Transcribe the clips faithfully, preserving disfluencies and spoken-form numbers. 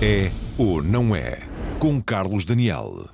É ou não é? Com Carlos Daniel.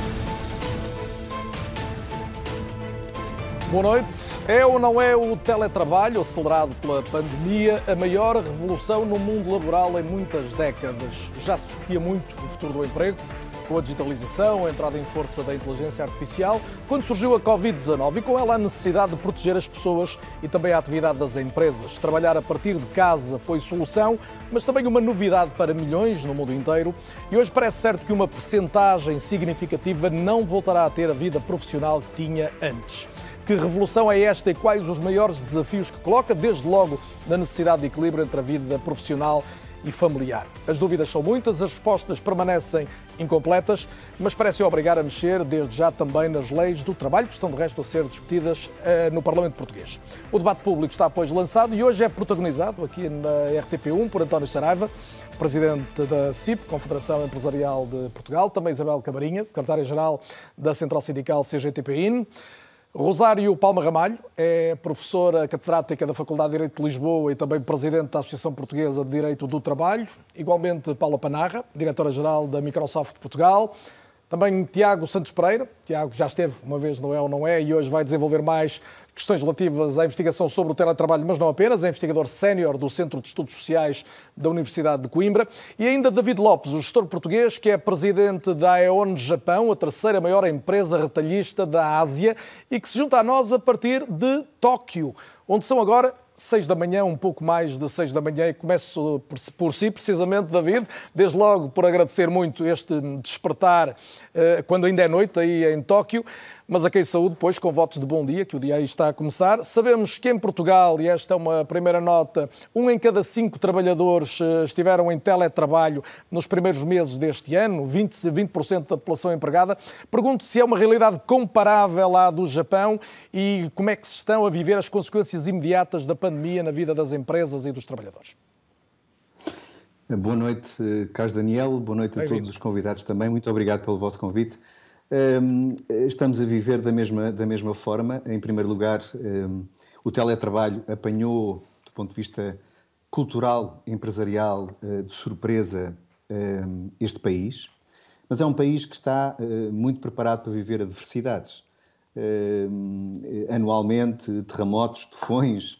Boa noite. É ou não é o teletrabalho, acelerado pela pandemia, a maior revolução no mundo laboral em muitas décadas? Já se discutia muito o futuro do emprego, com a digitalização, a entrada em força da inteligência artificial, quando surgiu a covid dezanove e com ela a necessidade de proteger as pessoas e também a atividade das empresas. Trabalhar a partir de casa foi solução, mas também uma novidade para milhões no mundo inteiro. E hoje parece certo que uma percentagem significativa não voltará a ter a vida profissional que tinha antes. Que revolução é esta e quais os maiores desafios que coloca, desde logo, na necessidade de equilíbrio entre a vida profissional e familiar? As dúvidas são muitas, as respostas permanecem incompletas, mas parecem obrigar a mexer desde já também nas leis do trabalho, que estão de resto a ser discutidas eh, no Parlamento Português. O debate público está, pois, lançado e hoje é protagonizado aqui na R T P um por António Saraiva, presidente da C I P, Confederação Empresarial de Portugal, também Isabel Camarinha, secretária-geral da Central Sindical C G T P I N. Rosário Palma Ramalho é professora catedrática da Faculdade de Direito de Lisboa e também presidente da Associação Portuguesa de Direito do Trabalho. Igualmente Paula Panarra, diretora-geral da Microsoft Portugal. Também Tiago Santos Pereira. Tiago já esteve uma vez no É ou Não É e hoje vai desenvolver mais questões relativas à investigação sobre o teletrabalho, mas não apenas. É investigador sénior do Centro de Estudos Sociais da Universidade de Coimbra. E ainda David Lopes, o gestor português, que é presidente da Aeon Japão, a terceira maior empresa retalhista da Ásia, e que se junta a nós a partir de Tóquio, onde são agora seis da manhã, um pouco mais de seis da manhã, e começo por, por si, precisamente, David, desde logo por agradecer muito este despertar, eh, quando ainda é noite, aí em Tóquio, mas a quem saúde, depois, com votos de bom dia, que o dia aí está a começar. Sabemos que em Portugal, e esta é uma primeira nota, um em cada cinco trabalhadores eh, estiveram em teletrabalho nos primeiros meses deste ano, vinte por cento da população empregada. Pergunto se é uma realidade comparável à do Japão e como é que se estão a viver as consequências imediatas da pandemia na vida das empresas e dos trabalhadores. Boa noite, Carlos Daniel. Boa noite a todos os convidados também. Muito obrigado pelo vosso convite. Estamos a viver da mesma, da mesma forma. Em primeiro lugar, o teletrabalho apanhou, do ponto de vista cultural, empresarial, de surpresa este país. Mas é um país que está muito preparado para viver adversidades. Anualmente, terremotos, tufões,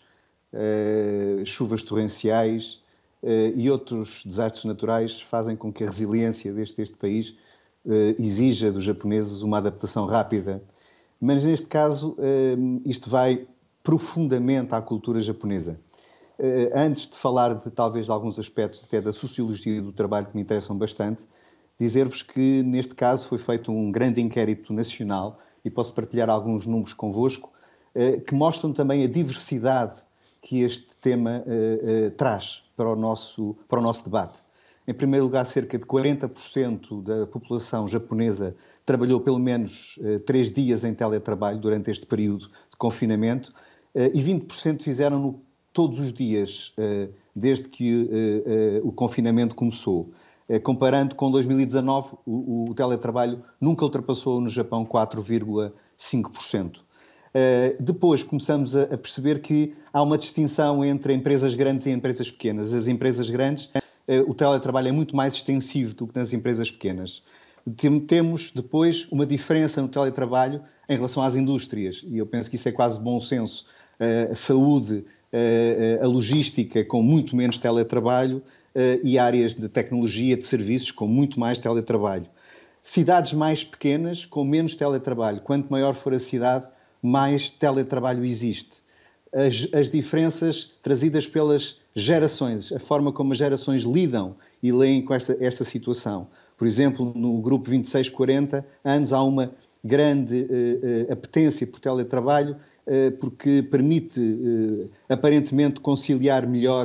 Uh, chuvas torrenciais uh, e outros desastres naturais fazem com que a resiliência deste, deste país uh, exija dos japoneses uma adaptação rápida. Mas neste caso uh, isto vai profundamente à cultura japonesa. Uh, antes de falar de talvez de alguns aspectos até da sociologia do trabalho que me interessam bastante, dizer-vos que neste caso foi feito um grande inquérito nacional e posso partilhar alguns números convosco uh, que mostram também a diversidade que este tema uh, uh, traz para o, nosso, para o nosso debate. Em primeiro lugar, cerca de quarenta por cento da população japonesa trabalhou pelo menos uh, três dias em teletrabalho durante este período de confinamento uh, e vinte por cento fizeram-no todos os dias, uh, desde que uh, uh, o confinamento começou. Uh, comparando com dois mil e dezanove, o, o teletrabalho nunca ultrapassou no Japão quatro vírgula cinco por cento. Uh, depois começamos a, a perceber que há uma distinção entre empresas grandes e empresas pequenas. As empresas grandes, uh, o teletrabalho é muito mais extensivo do que nas empresas pequenas. Tem, temos depois uma diferença no teletrabalho em relação às indústrias, e eu penso que isso é quase de bom senso. Uh, a saúde, uh, a logística com muito menos teletrabalho uh, e áreas de tecnologia, de serviços com muito mais teletrabalho. Cidades mais pequenas com menos teletrabalho. Quanto maior for a cidade, mais teletrabalho existe. As, as diferenças trazidas pelas gerações, a forma como as gerações lidam e leem com esta, esta situação. Por exemplo, no grupo vinte e seis a quarenta anos há uma grande uh, uh, apetência por teletrabalho uh, porque permite uh, aparentemente conciliar melhor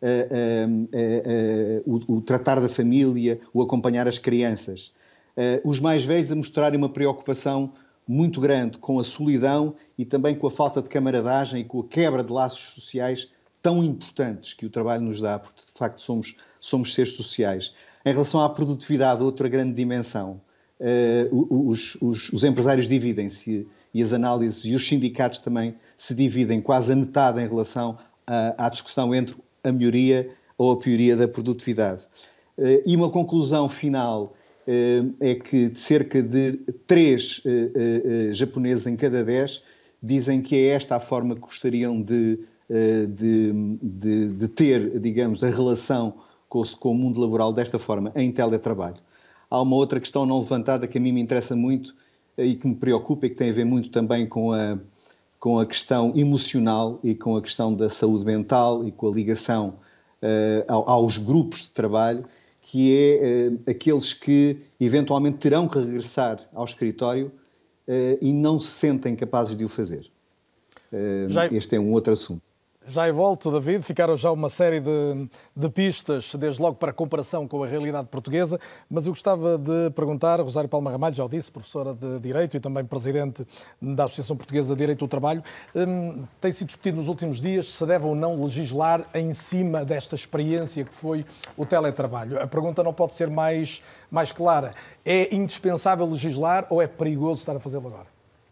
uh, uh, uh, uh, o, o tratar da família, o acompanhar as crianças. Uh, os mais velhos a mostrarem uma preocupação muito grande com a solidão e também com a falta de camaradagem e com a quebra de laços sociais tão importantes que o trabalho nos dá, porque de facto somos, somos seres sociais. Em relação à produtividade, outra grande dimensão, uh, os, os, os empresários dividem-se e as análises e os sindicatos também se dividem quase a metade em relação à, à discussão entre a melhoria ou a pioria da produtividade. E uma conclusão final é que cerca de três japoneses em cada dez dizem que é esta a forma que gostariam de, de, de, de ter, digamos, a relação com o, com o mundo laboral desta forma, em teletrabalho. Há uma outra questão não levantada que a mim me interessa muito e que me preocupa e que tem a ver muito também com a, com a questão emocional e com a questão da saúde mental e com a ligação uh, aos grupos de trabalho, que é uh, aqueles que eventualmente terão que regressar ao escritório uh, e não se sentem capazes de o fazer. Uh, já... Este é um outro assunto. Já e volto, David. Ficaram já uma série de, de pistas, desde logo para a comparação com a realidade portuguesa, mas eu gostava de perguntar, Rosário Palma Ramalho, já o disse, professora de Direito e também presidente da Associação Portuguesa de Direito do Trabalho, hum, tem sido discutido nos últimos dias se deve ou não legislar em cima desta experiência que foi o teletrabalho. A pergunta não pode ser mais, mais clara. É indispensável legislar ou é perigoso estar a fazê-lo agora?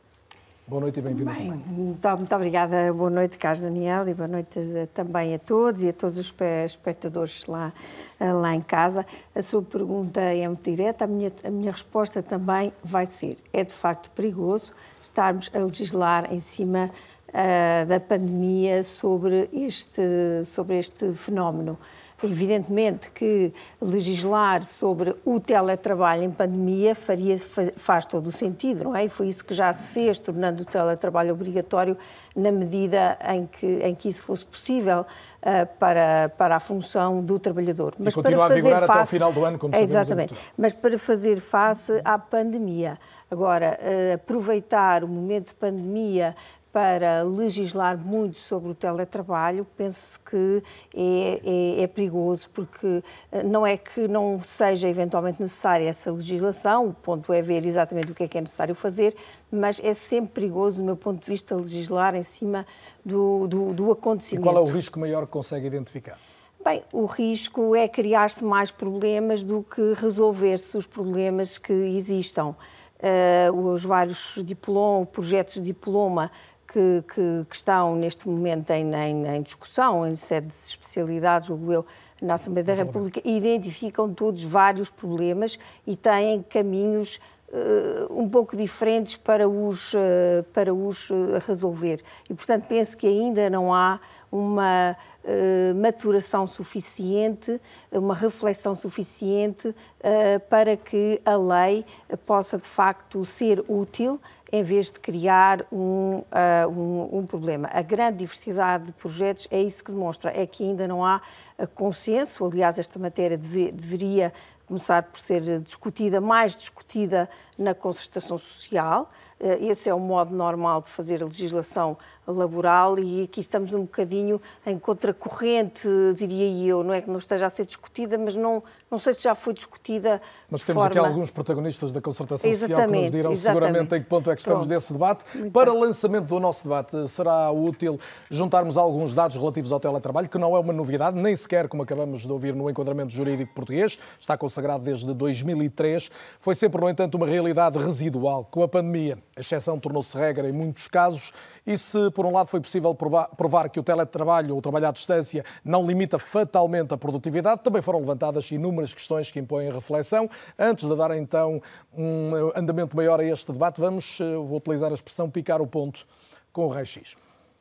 Boa noite e bem-vindo. Bem, muito, muito obrigada. Boa noite, Carlos Daniel, e boa noite também a todos e a todos os espectadores lá, lá em casa. A sua pergunta é muito direta. A minha, a minha resposta também vai ser: é de facto perigoso estarmos a legislar em cima uh, da pandemia sobre este, sobre este fenómeno. Evidentemente que legislar sobre o teletrabalho em pandemia faria, faz todo o sentido, não é? E foi isso que já se fez, tornando o teletrabalho obrigatório na medida em que, em que isso fosse possível uh, para, para a função do trabalhador. Mas e continua para a vigorar face, até ao final do ano, como sabemos. Exatamente, mas para fazer face à pandemia. Agora, uh, aproveitar o momento de pandemia para legislar muito sobre o teletrabalho, penso que é, é, é perigoso, porque não é que não seja eventualmente necessária essa legislação, o ponto é ver exatamente o que é que é necessário fazer, mas é sempre perigoso, do meu ponto de vista, legislar em cima do, do, do acontecimento. E qual é o risco maior que consegue identificar? Bem, o risco é criar-se mais problemas do que resolver-se os problemas que existam. Uh, os vários diploma, projetos de diploma Que, que, que estão neste momento em, em, em discussão, em sede de especialidades, julgo eu, na Assembleia da República, identificam todos vários problemas e têm caminhos uh, um pouco diferentes para os, uh, para os uh, resolver. E, portanto, penso que ainda não há uma uh, maturação suficiente, uma reflexão suficiente uh, para que a lei possa, de facto, ser útil, em vez de criar um, uh, um, um problema. A grande diversidade de projetos é isso que demonstra, é que ainda não há consenso. Aliás, esta matéria deve, deveria começar por ser discutida, mais discutida na concertação social. Esse é o modo normal de fazer a legislação laboral e aqui estamos um bocadinho em contracorrente, diria eu. Não é que não esteja a ser discutida, mas não, não sei se já foi discutida. Mas temos forma... aqui alguns protagonistas da concertação exatamente, social que nos dirão exatamente. seguramente em que ponto é que estamos Pronto. desse debate. Muito Para bem. o lançamento do nosso debate, será útil juntarmos alguns dados relativos ao teletrabalho, que não é uma novidade, nem sequer, como acabamos de ouvir, no enquadramento jurídico português, está consagrado desde dois mil e três. Foi sempre, no entanto, uma realidade residual. Com a pandemia, a exceção tornou-se regra em muitos casos, e se, por um lado, foi possível provar, provar que o teletrabalho ou o trabalho à distância não limita fatalmente a produtividade, também foram levantadas inúmeras questões que impõem a reflexão. Antes de dar, então, um andamento maior a este debate, vamos, vou utilizar a expressão, picar o ponto com o raio-x.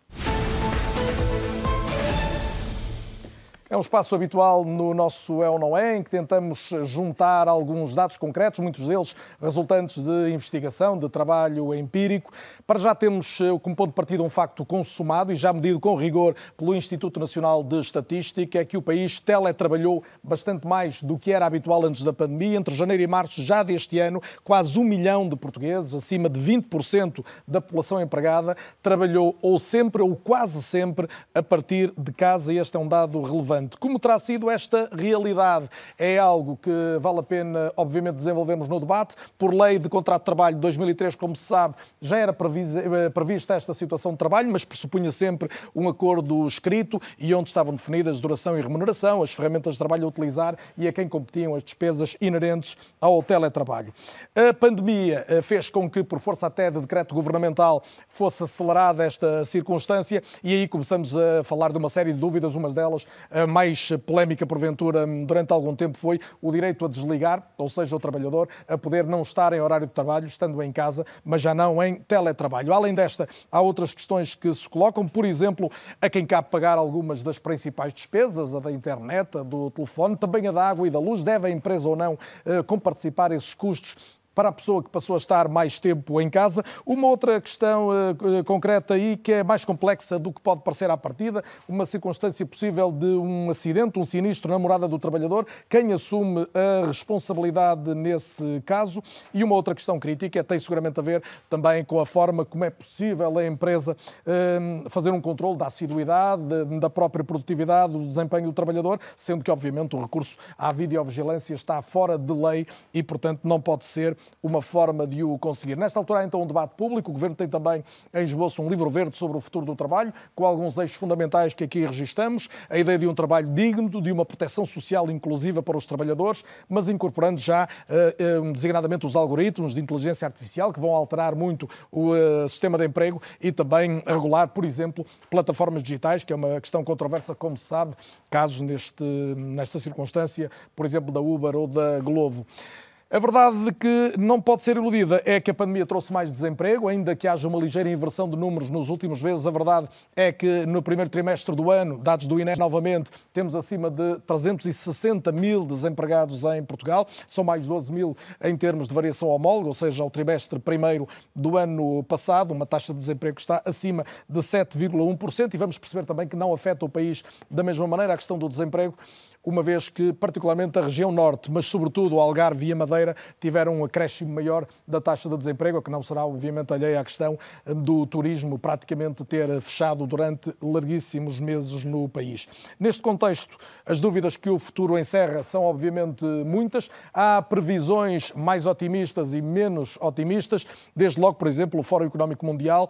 É um espaço habitual no nosso É ou Não É, em que tentamos juntar alguns dados concretos, muitos deles resultantes de investigação, de trabalho empírico. Para já temos como ponto de partida um facto consumado e já medido com rigor pelo Instituto Nacional de Estatística, é que o país teletrabalhou bastante mais do que era habitual antes da pandemia. Entre janeiro e março já deste ano, quase um milhão de portugueses, acima de vinte por cento da população empregada, trabalhou ou sempre ou quase sempre a partir de casa, e este é um dado relevante. Como terá sido esta realidade? É algo que vale a pena, obviamente, desenvolvermos no debate. Por lei de contrato de trabalho de dois mil e três, como se sabe, já era prevista esta situação de trabalho, mas pressupunha sempre um acordo escrito e onde estavam definidas duração e remuneração, as ferramentas de trabalho a utilizar e a quem competiam as despesas inerentes ao teletrabalho. A pandemia fez com que, por força até de decreto governamental, fosse acelerada esta circunstância e aí começamos a falar de uma série de dúvidas, uma delas mais polémica, porventura, durante algum tempo foi o direito a desligar, ou seja, o trabalhador a poder não estar em horário de trabalho, estando em casa, mas já não em teletrabalho. Além desta, há outras questões que se colocam, por exemplo, a quem cabe pagar algumas das principais despesas, a da internet, a do telefone, também a da água e da luz. Deve a empresa ou não comparticipar esses custos para a pessoa que passou a estar mais tempo em casa? Uma outra questão uh, concreta aí, que é mais complexa do que pode parecer à partida, uma circunstância possível de um acidente, um sinistro na morada do trabalhador, quem assume a responsabilidade nesse caso? E uma outra questão crítica tem seguramente a ver também com a forma como é possível a empresa uh, fazer um controle da assiduidade, da própria produtividade, do desempenho do trabalhador, sendo que, obviamente, o recurso à videovigilância está fora de lei e, portanto, não pode ser uma forma de o conseguir. Nesta altura há então um debate público. O Governo tem também em esboço um livro verde sobre o futuro do trabalho, com alguns eixos fundamentais que aqui registamos. A ideia de um trabalho digno, de uma proteção social inclusiva para os trabalhadores, mas incorporando já uh, uh, designadamente os algoritmos de inteligência artificial, que vão alterar muito o uh, sistema de emprego e também regular, por exemplo, plataformas digitais, que é uma questão controversa, como se sabe, casos neste, nesta circunstância, por exemplo, da Uber ou da Glovo. A verdade que não pode ser iludida é que a pandemia trouxe mais desemprego, ainda que haja uma ligeira inversão de números nos últimos meses. A verdade é que no primeiro trimestre do ano, dados do I N E novamente, temos acima de trezentos e sessenta mil desempregados em Portugal. São mais doze mil em termos de variação homóloga, ou seja, ao trimestre primeiro do ano passado, uma taxa de desemprego que está acima de sete vírgula um por cento, e vamos perceber também que não afeta o país da mesma maneira a questão do desemprego, uma vez que particularmente a região norte, mas sobretudo o Algarve e a Madeira, tiveram um acréscimo maior da taxa de desemprego, que não será obviamente alheia à questão do turismo praticamente ter fechado durante larguíssimos meses no país. Neste contexto, as dúvidas que o futuro encerra são obviamente muitas. Há previsões mais otimistas e menos otimistas, desde logo, por exemplo, o Fórum Económico Mundial,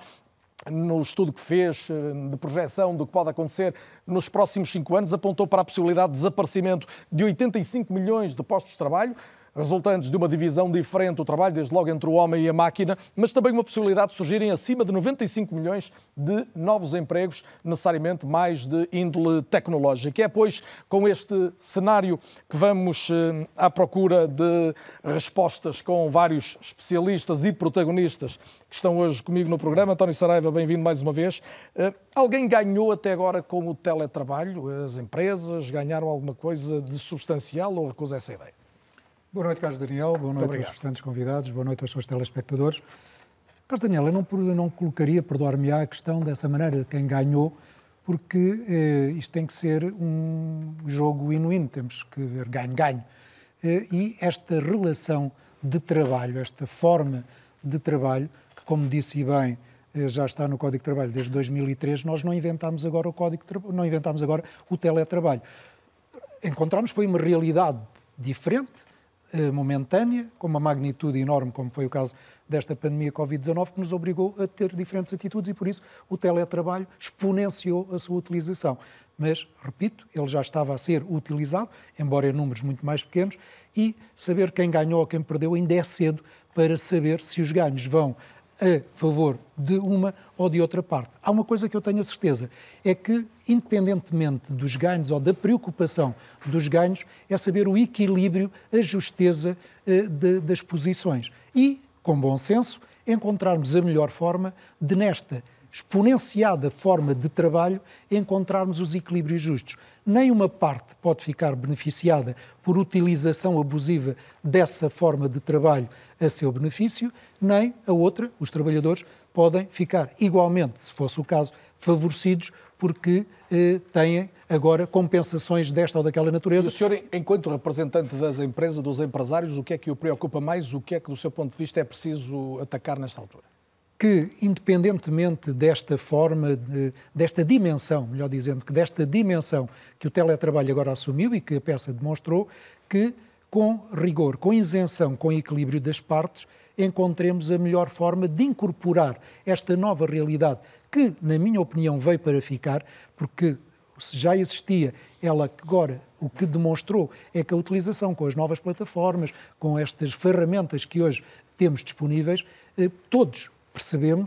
no estudo que fez de projeção do que pode acontecer nos próximos cinco anos, apontou para a possibilidade de desaparecimento de oitenta e cinco milhões de postos de trabalho, resultantes de uma divisão diferente do trabalho, desde logo entre o homem e a máquina, mas também uma possibilidade de surgirem acima de noventa e cinco milhões de novos empregos, necessariamente mais de índole tecnológica. É, pois, com este cenário que vamos eh, à procura de respostas com vários especialistas e protagonistas que estão hoje comigo no programa. António Saraiva, bem-vindo mais uma vez. Eh, alguém ganhou até agora com o teletrabalho? As empresas ganharam alguma coisa de substancial ou recusa essa ideia? Boa noite, Carlos Daniel. Boa noite aos restantes convidados. Boa noite aos seus telespectadores. Carlos Daniel, eu não, eu não colocaria, perdoar-me-á, a questão dessa maneira, quem ganhou, porque eh, isto tem que ser um jogo win-win, temos que ver ganho-ganho. Eh, e esta relação de trabalho, esta forma de trabalho, que, como disse bem, eh, já está no Código de Trabalho desde dois mil e três, nós não inventámos agora o Código de Trabalho, não inventámos agora o teletrabalho. Encontramos foi uma realidade diferente, momentânea, com uma magnitude enorme, como foi o caso desta pandemia covid dezanove, que nos obrigou a ter diferentes atitudes e, por isso, o teletrabalho exponenciou a sua utilização. Mas, repito, ele já estava a ser utilizado, embora em números muito mais pequenos, e saber quem ganhou ou quem perdeu ainda é cedo para saber se os ganhos vão a favor de uma ou de outra parte. Há uma coisa que eu tenho a certeza, é que, independentemente dos ganhos ou da preocupação dos ganhos, é saber o equilíbrio, a justeza eh, de, das posições. E, com bom senso, encontrarmos a melhor forma de, nesta exponenciada forma de trabalho, encontrarmos os equilíbrios justos. Nem uma parte pode ficar beneficiada por utilização abusiva dessa forma de trabalho a seu benefício, nem a outra, os trabalhadores, podem ficar igualmente, se fosse o caso, favorecidos porque eh, têm agora compensações desta ou daquela natureza. E o senhor, enquanto representante das empresas, dos empresários, o que é que o preocupa mais? O que é que, do seu ponto de vista, é preciso atacar nesta altura? Que, independentemente desta forma, de, desta dimensão, melhor dizendo, que desta dimensão que o teletrabalho agora assumiu e que a peça demonstrou, que com rigor, com isenção, com equilíbrio das partes, encontremos a melhor forma de incorporar esta nova realidade que, na minha opinião, veio para ficar, porque se já existia, ela agora o que demonstrou é que a utilização com as novas plataformas, com estas ferramentas que hoje temos disponíveis, todos percebemos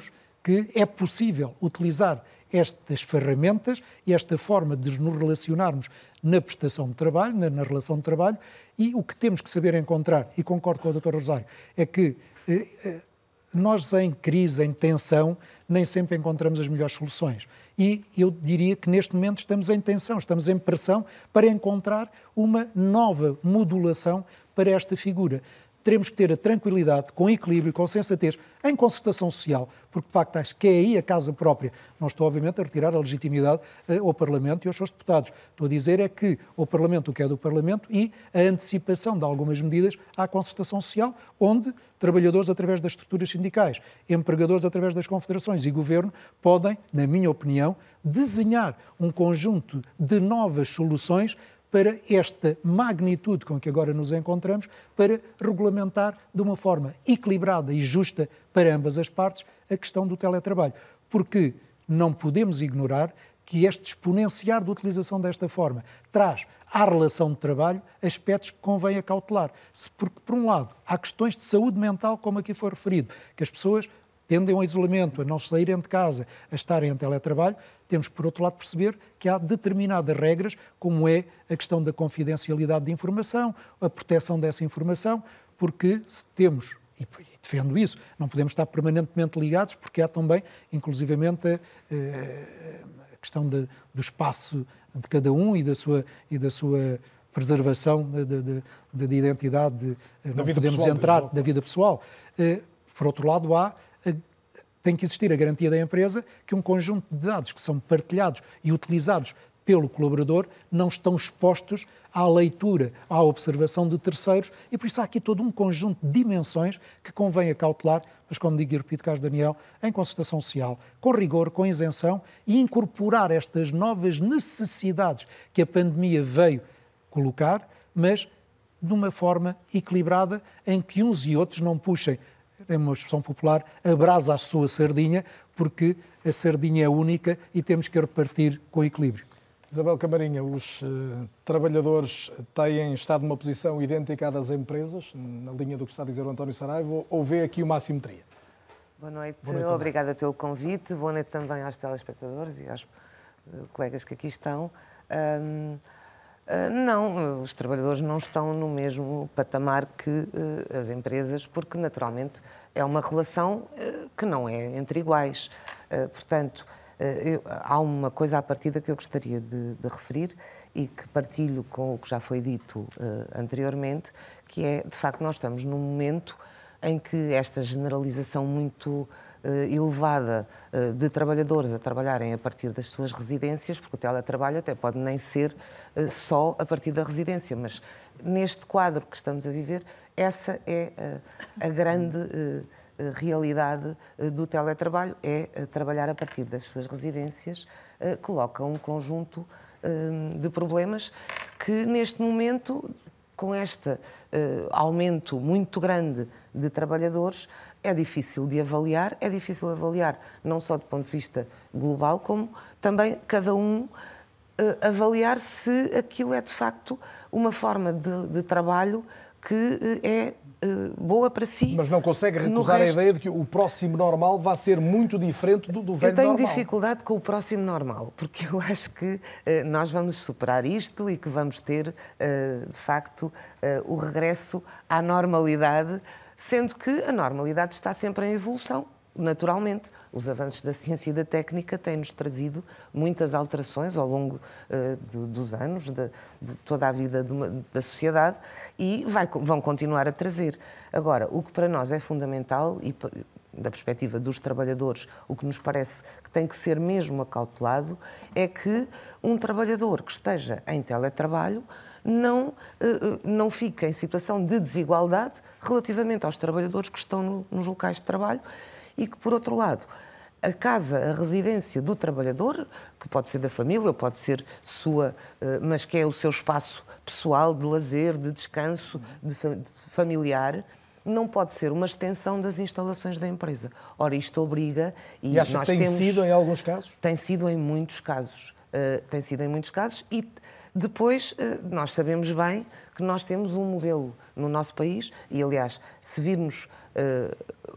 que é possível utilizar estas ferramentas e esta forma de nos relacionarmos na prestação de trabalho, na, na relação de trabalho, e o que temos que saber encontrar, e concordo com o doutor Rosário, é que eh, nós em crise, em tensão, nem sempre encontramos as melhores soluções. E eu diria que neste momento estamos em tensão, estamos em pressão para encontrar uma nova modulação para esta figura. Teremos que ter a tranquilidade, com equilíbrio, com sensatez, em concertação social, porque de facto acho que é aí a casa própria. Não estou obviamente a retirar a legitimidade uh, ao Parlamento e aos seus deputados. Estou a dizer é que o Parlamento, o que é do Parlamento, e a antecipação de algumas medidas à concertação social, onde trabalhadores através das estruturas sindicais, empregadores através das confederações e governo podem, na minha opinião, desenhar um conjunto de novas soluções para esta magnitude com que agora nos encontramos, para regulamentar de uma forma equilibrada e justa para ambas as partes a questão do teletrabalho. Porque não podemos ignorar que este exponenciar de utilização desta forma traz à relação de trabalho aspectos que convém acautelar. Porque, por um lado, há questões de saúde mental, como aqui foi referido, que as pessoas tendem ao isolamento, a não saírem de casa, a estarem em teletrabalho. Temos que, por outro lado, perceber que há determinadas regras, como é a questão da confidencialidade de informação, a proteção dessa informação, porque se temos, e defendo isso, não podemos estar permanentemente ligados, porque há também, inclusivamente, a, a questão de, do espaço de cada um e da sua, e da sua preservação de, de, de, de identidade, de, da não vida podemos pessoal, entrar da vida pessoal. Por outro lado, há tem que existir a garantia da empresa que um conjunto de dados que são partilhados e utilizados pelo colaborador não estão expostos à leitura, à observação de terceiros, e por isso há aqui todo um conjunto de dimensões que convém acautelar, mas como digo e repito, Carlos Daniel, em concertação social, com rigor, com isenção, e incorporar estas novas necessidades que a pandemia veio colocar, mas de uma forma equilibrada, em que uns e outros não puxem, é uma expressão popular, a brasa à sua sardinha, porque a sardinha é única e temos que repartir com equilíbrio. Isabel Camarinha, os uh, trabalhadores têm estado numa posição idêntica à das empresas, na linha do que está a dizer o António Saraiva, ou vê aqui uma assimetria? Boa noite, Boa noite obrigada pelo convite, boa noite também aos telespectadores e aos uh, colegas que aqui estão. Um, Uh, não, os trabalhadores não estão no mesmo patamar que uh, as empresas, porque naturalmente é uma relação uh, que não é entre iguais. Uh, portanto, uh, eu, há uma coisa à partida que eu gostaria de, de referir e que partilho com o que já foi dito uh, anteriormente, que é, de facto, nós estamos num momento em que esta generalização muito uh, elevada uh, de trabalhadores a trabalharem a partir das suas residências, porque o teletrabalho até pode nem ser uh, só a partir da residência, mas neste quadro que estamos a viver, essa é uh, a grande uh, uh, realidade uh, do teletrabalho, é uh, trabalhar a partir das suas residências, uh, coloca um conjunto uh, de problemas que neste momento, com este uh, aumento muito grande de trabalhadores, é difícil de avaliar, é difícil avaliar não só do ponto de vista global, como também cada um uh, avaliar se aquilo é de facto uma forma de, de trabalho que uh, é uh, boa para si. Mas não consegue recusar resto... a ideia de que o próximo normal vai ser muito diferente do, do velho normal? Eu tenho normal. dificuldade com o próximo normal, porque eu acho que uh, nós vamos superar isto e que vamos ter, uh, de facto, uh, o regresso à normalidade, sendo que a normalidade está sempre em evolução. Naturalmente, os avanços da ciência e da técnica têm-nos trazido muitas alterações ao longo uh, de, dos anos, de, de toda a vida de uma, da sociedade, e vai, vão continuar a trazer. Agora, o que para nós é fundamental, e da perspectiva dos trabalhadores, o que nos parece que tem que ser mesmo acautelado, é que um trabalhador que esteja em teletrabalho não, não fique em situação de desigualdade relativamente aos trabalhadores que estão no, nos locais de trabalho, e que, por outro lado, a casa, a residência do trabalhador, que pode ser da família, ou pode ser sua, mas que é o seu espaço pessoal, de lazer, de descanso, de familiar, não pode ser uma extensão das instalações da empresa. Ora, isto obriga... E, e acha nós que tem temos, sido em alguns casos? Tem sido em muitos casos. Uh, tem sido em muitos casos e depois uh, nós sabemos bem que nós temos um modelo no nosso país e, aliás, se virmos... Uh,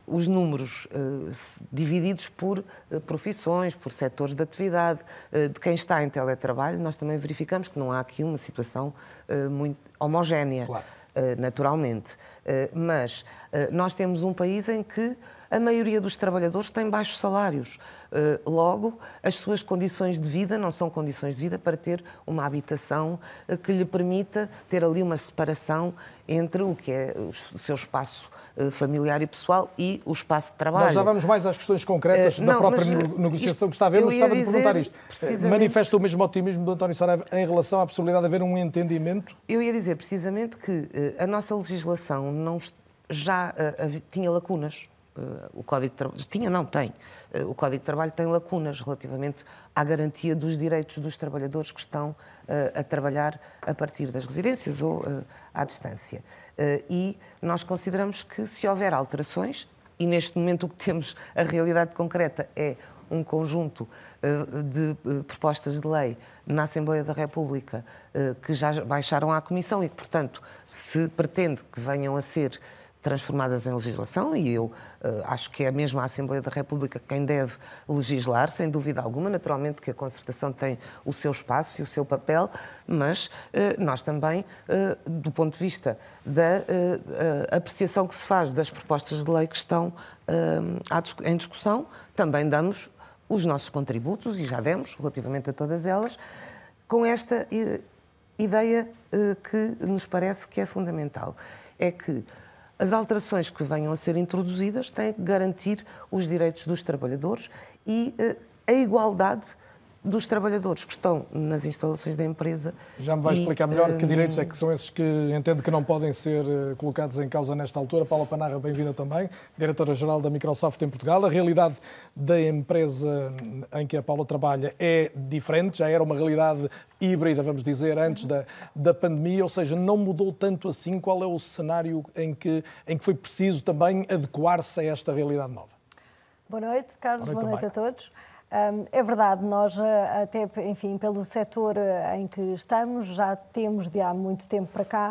os números uh, divididos por uh, profissões, por setores de atividade, uh, de quem está em teletrabalho, nós também verificamos que não há aqui uma situação uh, muito homogénea, claro. uh, naturalmente. Uh, mas uh, nós temos um país em que a maioria dos trabalhadores tem baixos salários. Uh, logo, as suas condições de vida não são condições de vida para ter uma habitação uh, que lhe permita ter ali uma separação entre o que é o seu espaço uh, familiar e pessoal e o espaço de trabalho. Nós já vamos mais às questões concretas uh, da não, própria mas, negociação isto, que está a haver, mas estava de perguntar isto. Manifesta o mesmo otimismo do António Saraiva em relação à possibilidade de haver um entendimento? Eu ia dizer precisamente que uh, a nossa legislação não, já uh, tinha lacunas. O Código de Trabalho, tinha, não, tem. O Código de Trabalho tem lacunas relativamente à garantia dos direitos dos trabalhadores que estão uh, a trabalhar a partir das residências ou uh, à distância. Uh, e nós consideramos que se houver alterações, e neste momento o que temos, a realidade concreta é um conjunto uh, de uh, propostas de lei na Assembleia da República uh, que já baixaram à Comissão e que, portanto, se pretende que venham a ser transformadas em legislação, e eu uh, acho que é mesmo a Assembleia da República quem deve legislar, sem dúvida alguma. Naturalmente que a concertação tem o seu espaço e o seu papel, mas uh, nós também, uh, do ponto de vista da uh, uh, apreciação que se faz das propostas de lei que estão uh, em discussão, também damos os nossos contributos, e já demos, relativamente a todas elas, com esta uh, ideia uh, que nos parece que é fundamental. É que as alterações que venham a ser introduzidas têm que garantir os direitos dos trabalhadores e uh, a igualdade dos trabalhadores que estão nas instalações da empresa. Já me vai e, explicar melhor uh, que direitos é que são esses que entende que não podem ser uh, colocados em causa nesta altura. Paula Panarra, bem-vinda também, diretora-geral da Microsoft em Portugal. A realidade da empresa em que a Paula trabalha é diferente, já era uma realidade híbrida, vamos dizer, antes da, da pandemia, ou seja, não mudou tanto assim. Qual é o cenário em que, em que foi preciso também adequar-se a esta realidade nova? Boa noite, Carlos, boa noite, boa noite a todos. É verdade, nós até, enfim, pelo setor em que estamos, já temos de há muito tempo para cá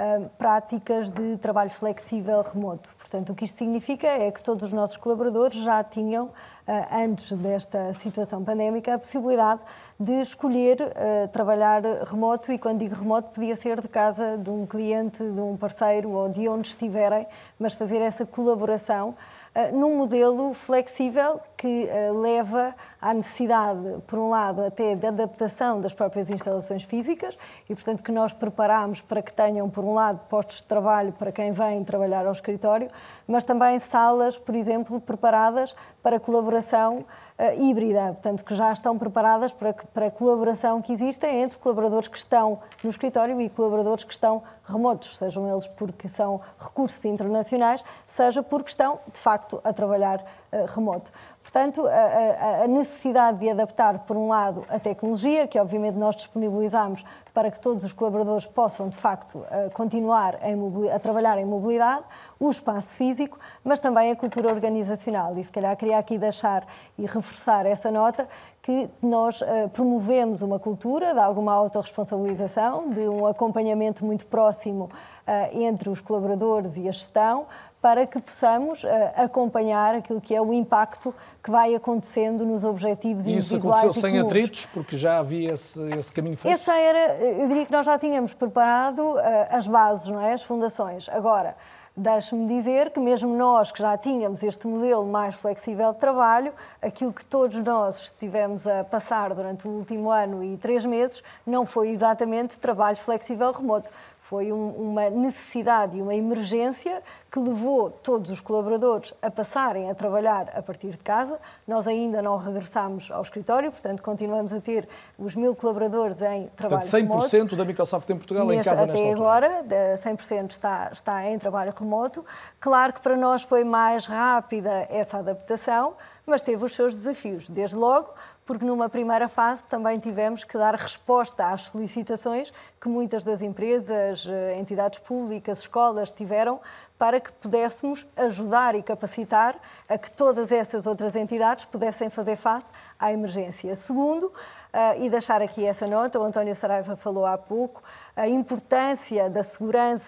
práticas de trabalho flexível remoto. Portanto, o que isto significa é que todos os nossos colaboradores já tinham, antes desta situação pandémica, a possibilidade de escolher trabalhar remoto, e quando digo remoto podia ser de casa de um cliente, de um parceiro ou de onde estiverem, mas fazer essa colaboração Uh, num modelo flexível que uh, leva à necessidade, por um lado, até de adaptação das próprias instalações físicas e, portanto, que nós preparamos para que tenham, por um lado, postos de trabalho para quem vem trabalhar ao escritório, mas também salas, por exemplo, preparadas para colaboração uh, híbrida, portanto, que já estão preparadas para, para a colaboração que existe entre colaboradores que estão no escritório e colaboradores que estão remotos, sejam eles porque são recursos internacionais, seja porque estão, de facto, a trabalhar uh, remoto. Portanto, a, a necessidade de adaptar, por um lado, a tecnologia, que obviamente nós disponibilizamos para que todos os colaboradores possam, de facto, continuar a trabalhar em mobilidade, o espaço físico, mas também a cultura organizacional. E se calhar queria aqui deixar e reforçar essa nota, que nós promovemos uma cultura de alguma autorresponsabilização, de um acompanhamento muito próximo entre os colaboradores e a gestão, para que possamos uh, acompanhar aquilo que é o impacto que vai acontecendo nos objetivos e individuais. Isso aconteceu sem comuns. atritos, porque já havia esse, esse caminho feito? Este já era, eu diria que nós já tínhamos preparado uh, as bases, não é? As fundações. Agora, deixe-me dizer que mesmo nós que já tínhamos este modelo mais flexível de trabalho, aquilo que todos nós estivemos a passar durante o último ano e três meses não foi exatamente trabalho flexível remoto. Foi um, uma necessidade e uma emergência que levou todos os colaboradores a passarem a trabalhar a partir de casa. Nós ainda não regressamos ao escritório, portanto, continuamos a ter os mil colaboradores em trabalho portanto, cem por cento remoto. Da Microsoft em Portugal Neste, em casa até nesta agora, altura. cem por cento está, está em trabalho remoto. Claro que para nós foi mais rápida essa adaptação, mas teve os seus desafios. Desde logo, porque numa primeira fase também tivemos que dar resposta às solicitações que muitas das empresas, entidades públicas, escolas tiveram para que pudéssemos ajudar e capacitar a que todas essas outras entidades pudessem fazer face à emergência. Segundo, e deixar aqui essa nota, o António Saraiva falou há pouco, a importância da segurança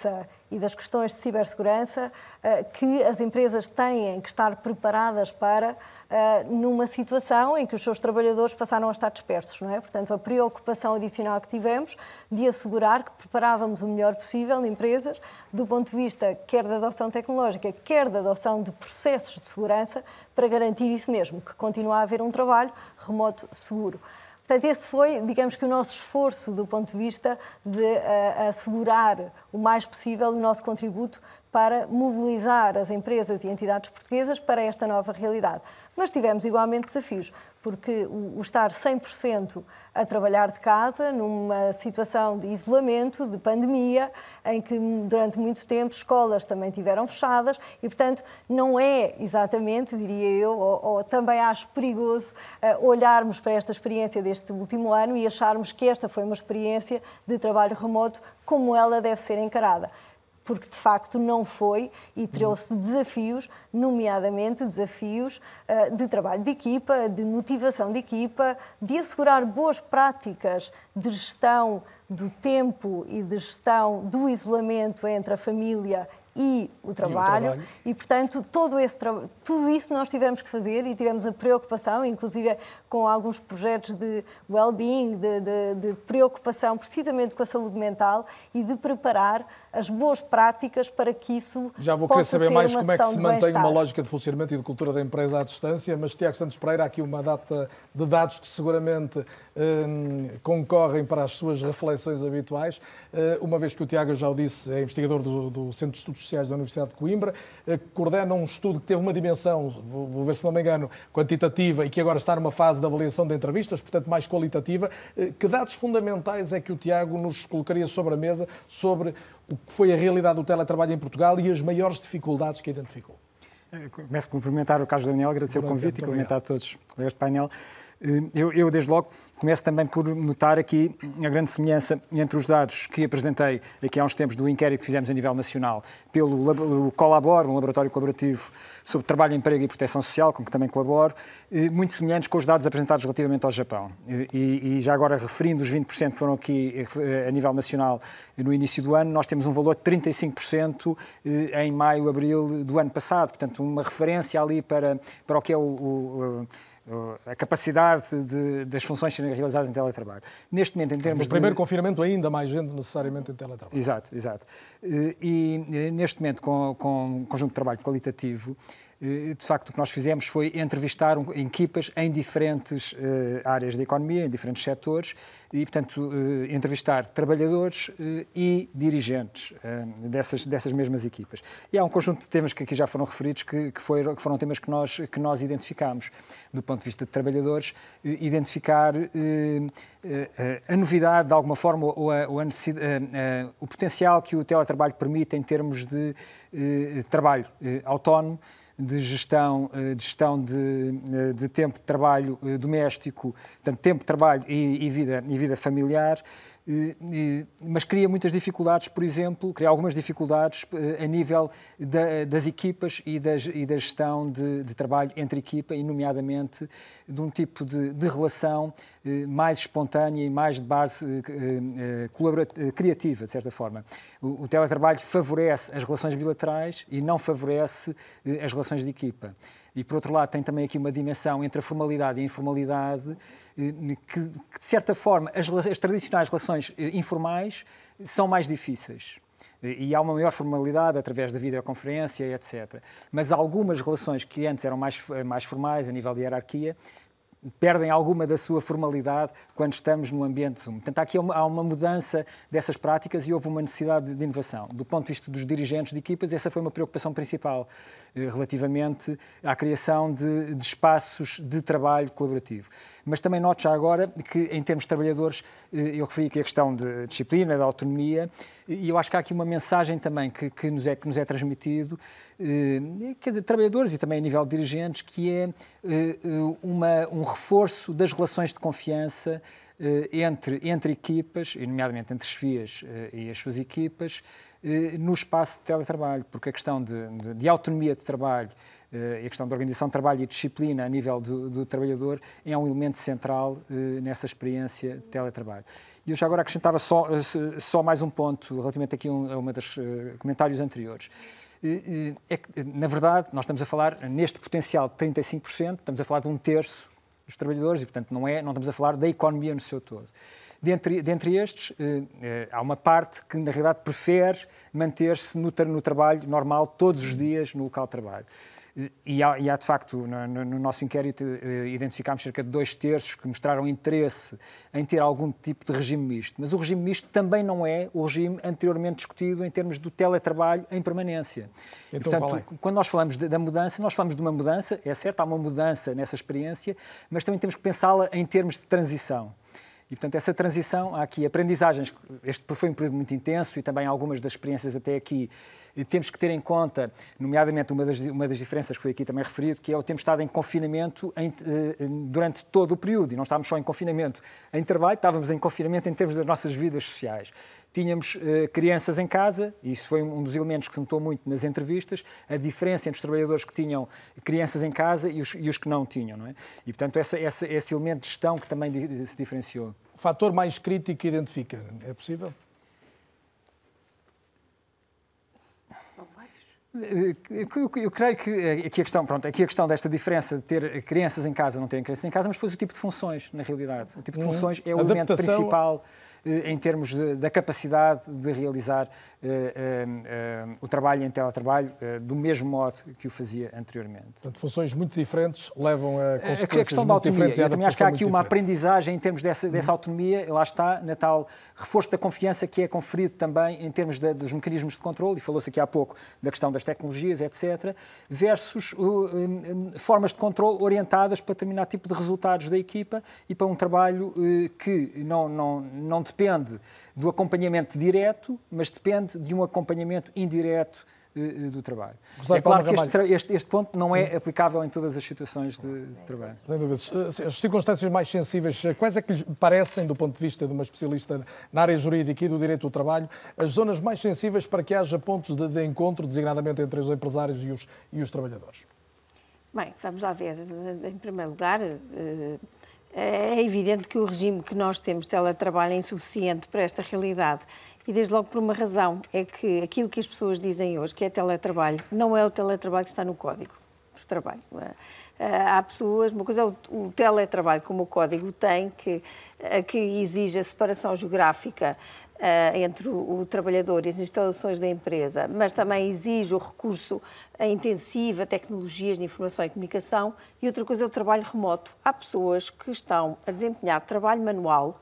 e das questões de cibersegurança que as empresas têm que estar preparadas para numa situação em que os seus trabalhadores passaram a estar dispersos, não é? Portanto, a preocupação adicional que tivemos de assegurar que preparávamos o melhor possível empresas do ponto de vista quer da adoção tecnológica, quer da adoção de processos de segurança para garantir isso mesmo, que continua a haver um trabalho remoto seguro. Portanto, esse foi, digamos que, o nosso esforço do ponto de vista de uh, assegurar o mais possível o nosso contributo para mobilizar as empresas e entidades portuguesas para esta nova realidade. Mas tivemos igualmente desafios, porque o, o estar cem por cento a trabalhar de casa, numa situação de isolamento, de pandemia, em que durante muito tempo escolas também tiveram fechadas e, portanto, não é exatamente, diria eu, ou, ou também acho perigoso uh, olharmos para esta experiência deste último ano e acharmos que esta foi uma experiência de trabalho remoto como ela deve ser encarada. Porque, de facto, não foi e trouxe desafios, nomeadamente desafios uh, de trabalho de equipa, de motivação de equipa, de assegurar boas práticas de gestão do tempo e de gestão do isolamento entre a família e o trabalho, e, o trabalho. e portanto, todo esse tra... tudo isso nós tivemos que fazer e tivemos a preocupação, inclusive com alguns projetos de well-being, de, de, de preocupação precisamente com a saúde mental e de preparar as boas práticas para que isso Já vou querer saber mais como é que se mantém uma lógica lógica de funcionamento e de cultura da empresa à distância, mas Tiago Santos Pereira, há aqui uma data de dados que seguramente hum, concorrem para as suas reflexões habituais, uh, uma vez que o Tiago, já o disse, é investigador do, do Centro de Estudos Sociais da Universidade de Coimbra, uh, coordena um estudo que teve uma dimensão, vou, vou ver se não me engano, quantitativa e que agora está numa fase de avaliação de entrevistas, portanto mais qualitativa. Uh, que dados fundamentais é que o Tiago nos colocaria sobre a mesa sobre o que foi a realidade do teletrabalho em Portugal e as maiores dificuldades que identificou? Começo a cumprimentar o Carlos Daniel, agradecer o convite e cumprimentar a todos os colegas de painel. Eu, eu, desde logo, começo também por notar aqui a grande semelhança entre os dados que apresentei aqui há uns tempos do inquérito que fizemos a nível nacional pelo Colabor, um laboratório colaborativo sobre trabalho, emprego e proteção social, com que também colaboro, muito semelhantes com os dados apresentados relativamente ao Japão. E, e já agora, referindo os vinte por cento que foram aqui a nível nacional no início do ano, nós temos um valor de trinta e cinco por cento em maio, abril do ano passado. Portanto, uma referência ali para, para o que é o... o a capacidade de, das funções serem realizadas em teletrabalho. Neste momento, em termos no primeiro de... confinamento, ainda mais gente necessariamente em teletrabalho. Exato, exato. E, e neste momento, com, com um conjunto de trabalho qualitativo, de facto, o que nós fizemos foi entrevistar um, equipas em diferentes uh, áreas da economia, em diferentes setores, e, portanto, uh, entrevistar trabalhadores uh, e dirigentes uh, dessas, dessas mesmas equipas. E há um conjunto de temas que aqui já foram referidos, que, que, foi, que foram temas que nós, que nós identificámos. Do ponto de vista de trabalhadores, uh, identificar uh, uh, a novidade, de alguma forma, ou, a, ou a necessidade, uh, uh, o potencial que o teletrabalho permite em termos de uh, trabalho uh, autónomo, de gestão, de, gestão de, de tempo de trabalho doméstico, portanto, tempo de trabalho e, e, vida, e vida familiar, mas cria muitas dificuldades, por exemplo, cria algumas dificuldades a nível da, das equipas e, das, e da gestão de, de trabalho entre equipa, e nomeadamente de um tipo de, de relação mais espontânea e mais de base criativa, de certa forma. O, o teletrabalho favorece as relações bilaterais e não favorece as relações de equipa. E, por outro lado, tem também aqui uma dimensão entre a formalidade e a informalidade, que, que de certa forma, as, as tradicionais relações informais são mais difíceis. E há uma maior formalidade através da videoconferência, etcétera. Mas algumas relações que antes eram mais, mais formais, a nível de hierarquia, perdem alguma da sua formalidade quando estamos no ambiente Zoom. Portanto, aqui há uma, há uma mudança dessas práticas e houve uma necessidade de inovação. Do ponto de vista dos dirigentes de equipas, essa foi uma preocupação principal eh, relativamente à criação de, de espaços de trabalho colaborativo. Mas também noto já agora que, em termos de trabalhadores, eh, eu referi aqui a questão de disciplina, da autonomia, e eu acho que há aqui uma mensagem também que, que, nos, é, que nos é transmitido, eh, quer dizer, trabalhadores e também a nível de dirigentes, que é eh, uma, um reforço das relações de confiança eh, entre, entre equipas, e nomeadamente entre as chefias eh, e as suas equipas, eh, no espaço de teletrabalho, porque a questão de, de, de autonomia de trabalho a questão da organização de trabalho e disciplina a nível do, do trabalhador é um elemento central nessa experiência de teletrabalho. E eu já agora acrescentava só, só mais um ponto relativamente aqui a um dos comentários anteriores. É que, na verdade, nós estamos a falar, neste potencial de trinta e cinco por cento, estamos a falar de um terço dos trabalhadores e, portanto, não, é, não estamos a falar da economia no seu todo. Dentre, dentre estes, eh, há uma parte que, na realidade, prefere manter-se no, no trabalho normal todos os dias no local de trabalho. E há, e há de facto, no, no nosso inquérito, eh, identificámos cerca de dois terços que mostraram interesse em ter algum tipo de regime misto. Mas o regime misto também não é o regime anteriormente discutido em termos do teletrabalho em permanência. Então, e, portanto, é? quando nós falamos de, da mudança, nós falamos de uma mudança, é certo, há uma mudança nessa experiência, mas também temos que pensá-la em termos de transição. E, portanto, essa transição, há aqui aprendizagens, este foi um período muito intenso e também algumas das experiências até aqui temos que ter em conta, nomeadamente uma das, uma das diferenças que foi aqui também referido, que é o termos estado em confinamento em, durante todo o período, e não estávamos só em confinamento em trabalho, estávamos em confinamento em termos das nossas vidas sociais. Tínhamos uh, crianças em casa, e isso foi um dos elementos que se notou muito nas entrevistas, a diferença entre os trabalhadores que tinham crianças em casa e os, e os que não tinham, não é? E, portanto, essa, essa, esse elemento de gestão que também di, se diferenciou. O fator mais crítico que identifica, é possível? São vários. Eu, eu creio que aqui a, questão, pronto, aqui a questão desta diferença de ter crianças em casa ou não terem crianças em casa, mas depois o tipo de funções, na realidade. O tipo de funções é o Adaptação... elemento principal em termos de, da capacidade de realizar uh, uh, uh, o trabalho em teletrabalho uh, do mesmo modo que o fazia anteriormente. Portanto, funções muito diferentes levam a consequências a questão da autonomia. muito diferentes. Eu também acho que há aqui uma diferente. aprendizagem em termos dessa, dessa uhum. autonomia, lá está, na tal reforço da confiança que é conferido também em termos de, dos mecanismos de controle, e falou-se aqui há pouco da questão das tecnologias, etcétera, versus uh, uh, formas de controle orientadas para determinado tipo de resultados da equipa e para um trabalho uh, que não, não, não depende do acompanhamento direto, mas depende de um acompanhamento indireto uh, do trabalho. José é claro Paulo que este, este, este ponto não é aplicável em todas as situações de, de trabalho. Sem dúvida. As circunstâncias mais sensíveis, quais é que lhe parecem, do ponto de vista de uma especialista na área jurídica e do direito do trabalho, as zonas mais sensíveis para que haja pontos de, de encontro, designadamente entre os empresários e os, e os trabalhadores? Bem, vamos lá ver. Em primeiro lugar, é evidente que o regime que nós temos de teletrabalho é insuficiente para esta realidade. E desde logo por uma razão, é que aquilo que as pessoas dizem hoje, que é teletrabalho, não é o teletrabalho que está no Código de Trabalho. Há pessoas, uma coisa é o, o teletrabalho, como o Código tem, que, que exige a separação geográfica Uh, entre o, o trabalhador e as instalações da empresa, mas também exige o recurso intensivo a tecnologias de informação e comunicação, e outra coisa é o trabalho remoto. Há pessoas que estão a desempenhar trabalho manual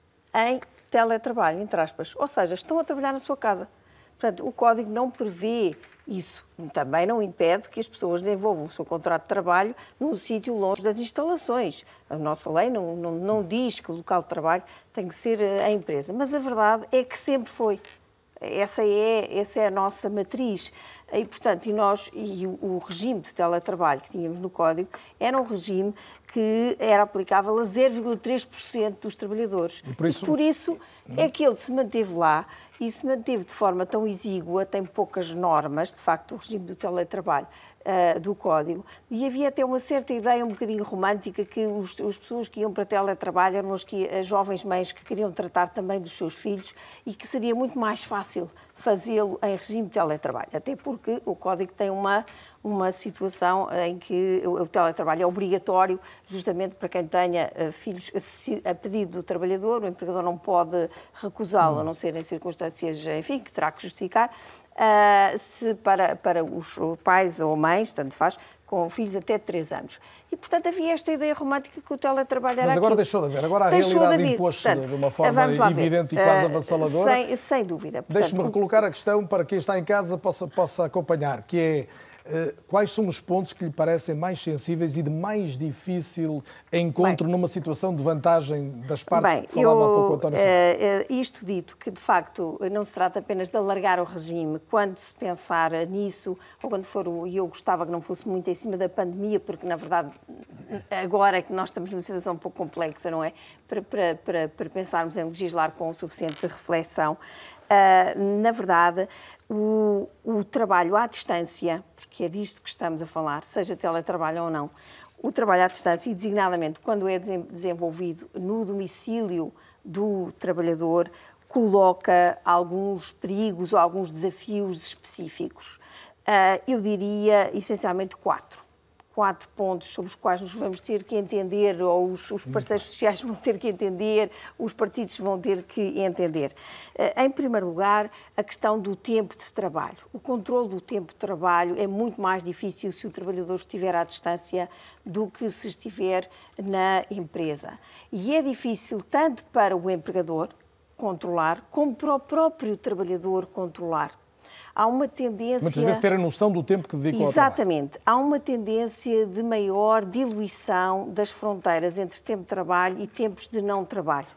em teletrabalho, entre aspas, ou seja, estão a trabalhar na sua casa. Portanto, o Código não prevê isso. Também não impede que as pessoas desenvolvam o seu contrato de trabalho num sítio longe das instalações. A nossa lei não, não, não diz que o local de trabalho tem que ser a empresa, mas a verdade é que sempre foi. Essa é, essa é a nossa matriz. E, portanto, e nós, e o, o regime de teletrabalho que tínhamos no Código era um regime que era aplicável a zero vírgula três por cento dos trabalhadores. E por isso, e por isso é que ele se manteve lá e se manteve de forma tão exígua, tem poucas normas, de facto, o regime do teletrabalho uh, do Código, e havia até uma certa ideia um bocadinho romântica que os, as pessoas que iam para teletrabalho eram as, que, as jovens mães que queriam tratar também dos seus filhos e que seria muito mais fácil fazê-lo em regime de teletrabalho, até porque o Código tem uma, uma situação em que o teletrabalho é obrigatório justamente para quem tenha filhos a pedido do trabalhador, o empregador não pode recusá-lo, a não ser em circunstâncias, enfim, que terá que justificar, uh, se para, para os pais ou mães, tanto faz, com filhos até de três anos. E, portanto, havia esta ideia romântica que o teletrabalho era Mas agora aquilo. deixou de haver. Agora a deixou realidade de impôs-se de uma forma evidente ver. e quase uh, avassaladora. Sem, sem dúvida. Deixe-me recolocar a questão para quem está em casa possa, possa acompanhar, que é uh, quais são os pontos que lhe parecem mais sensíveis e de mais difícil encontro bem, numa situação de vantagem das partes bem, que falava eu, há pouco o António Santos? Uh, isto dito, que de facto não se trata apenas de alargar o regime, quando se pensar nisso, ou quando for, e eu gostava que não fosse muito em cima da pandemia, porque na verdade agora que nós estamos numa situação um pouco complexa, não é? Para, para, para, para pensarmos em legislar com suficiente reflexão. Uh, na verdade, o, o trabalho à distância, porque é disto que estamos a falar, seja teletrabalho ou não, o trabalho à distância, e designadamente quando é desenvolvido no domicílio do trabalhador, coloca alguns perigos ou alguns desafios específicos. Uh, eu diria, essencialmente, quatro. Quatro pontos sobre os quais nos vamos ter que entender, ou os, os parceiros sociais vão ter que entender, os partidos vão ter que entender. Uh, em primeiro lugar, a questão do tempo de trabalho. O controle do tempo de trabalho é muito mais difícil se o trabalhador estiver à distância do que se estiver na empresa. E é difícil tanto para o empregador controlar, como para o próprio trabalhador controlar. Há uma tendência... Muitas vezes ter a noção do tempo que dedica ao trabalho. Exatamente. Há uma tendência de maior diluição das fronteiras entre tempo de trabalho e tempos de não trabalho.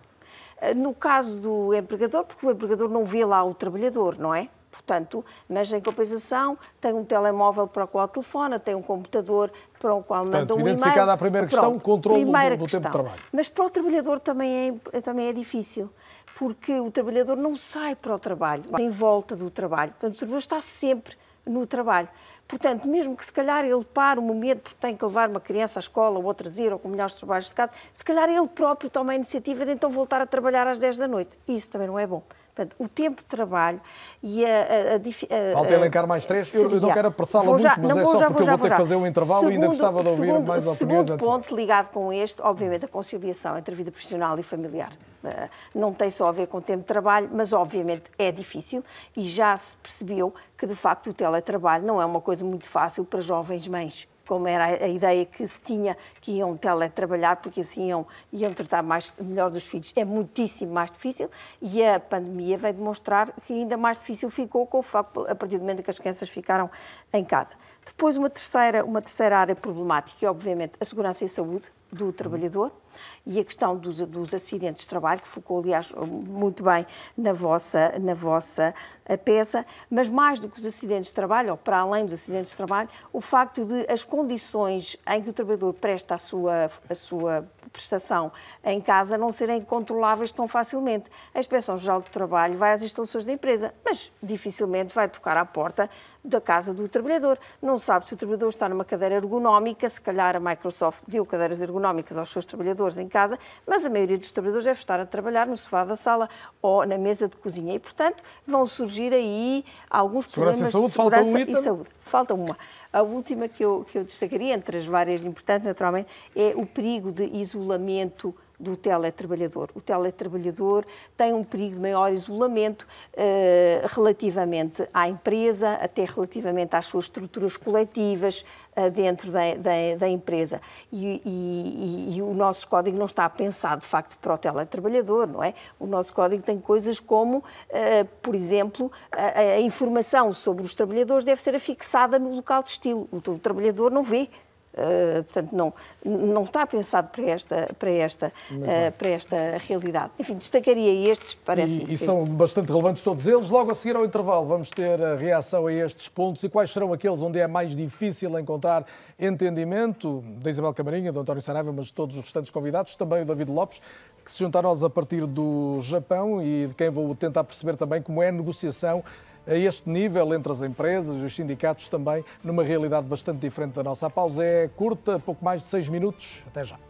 No caso do empregador, porque o empregador não vê lá o trabalhador, não é? Portanto, mas em compensação, tem um telemóvel para o qual telefona, tem um computador para o qual manda um e-mail. Identificada a primeira questão, Pronto, controle primeira do, do tempo de trabalho. Mas para o trabalhador também é, também é difícil, porque o trabalhador não sai para o trabalho, em volta do trabalho. Portanto, o trabalhador está sempre no trabalho. Portanto, mesmo que se calhar ele pare um momento porque tem que levar uma criança à escola ou a trazer, ou com milhares de trabalhos de casa, se calhar ele próprio toma a iniciativa de então voltar a trabalhar às dez da noite. E isso também não é bom. Portanto, o tempo de trabalho e a... a, a, a Falta elencar mais três. Eu, eu não quero apressá-la muito, já, mas é vou, só já, porque já, eu vou ter já. que fazer um intervalo segundo, e ainda gostava de ouvir segundo, mais opiniões. Segundo ponto ligado com este, obviamente, a conciliação entre a vida profissional e familiar. Não tem só a ver com o tempo de trabalho, mas obviamente é difícil e já se percebeu que, de facto, o teletrabalho não é uma coisa muito fácil para jovens mães, como era a ideia que se tinha, que iam teletrabalhar porque assim iam, iam tratar mais, melhor dos filhos. É muitíssimo mais difícil e a pandemia veio demonstrar que ainda mais difícil ficou com o facto, a partir do momento que as crianças ficaram em casa. Depois, uma terceira, uma terceira área problemática é, obviamente, a segurança e a saúde do trabalhador e a questão dos, dos acidentes de trabalho, que focou, aliás, muito bem na vossa, na vossa peça, mas mais do que os acidentes de trabalho, ou para além dos acidentes de trabalho, o facto de as condições em que o trabalhador presta a sua, a sua prestação em casa não serem controláveis tão facilmente. A Inspeção-Geral do Trabalho vai às instalações da empresa, mas dificilmente vai tocar à porta da casa do trabalhador. Não sabe se o trabalhador está numa cadeira ergonómica, se calhar a Microsoft deu cadeiras ergonómicas aos seus trabalhadores em casa, mas a maioria dos trabalhadores deve estar a trabalhar no sofá da sala ou na mesa de cozinha e, portanto, vão surgir aí alguns segurança problemas e saúde, de segurança falta um e item. saúde. Falta uma. A última que eu, que eu destacaria, entre as várias importantes, naturalmente, é o perigo de isolamento do teletrabalhador. O teletrabalhador tem um perigo de maior isolamento eh, relativamente à empresa, até relativamente às suas estruturas coletivas eh, dentro da, da, da empresa. E, e, e o nosso código não está pensado, de facto, para o teletrabalhador, não é? O nosso código tem coisas como, eh, por exemplo, a, a informação sobre os trabalhadores deve ser afixada no local de estilo. O, o trabalhador não vê. Uh, portanto, não, não está pensado para esta, para, esta, uh, para esta realidade. Enfim, destacaria estes, parece-me. E, e são bastante relevantes todos eles. Logo a seguir ao intervalo vamos ter a reação a estes pontos e quais serão aqueles onde é mais difícil encontrar entendimento, da Isabel Camarinha, do António Saraiva, mas de todos os restantes convidados, também o David Lopes, que se junta a nós a partir do Japão e de quem vou tentar perceber também como é a negociação a este nível entre as empresas e os sindicatos também, numa realidade bastante diferente da nossa. A pausa é curta, pouco mais de seis minutos. Até já.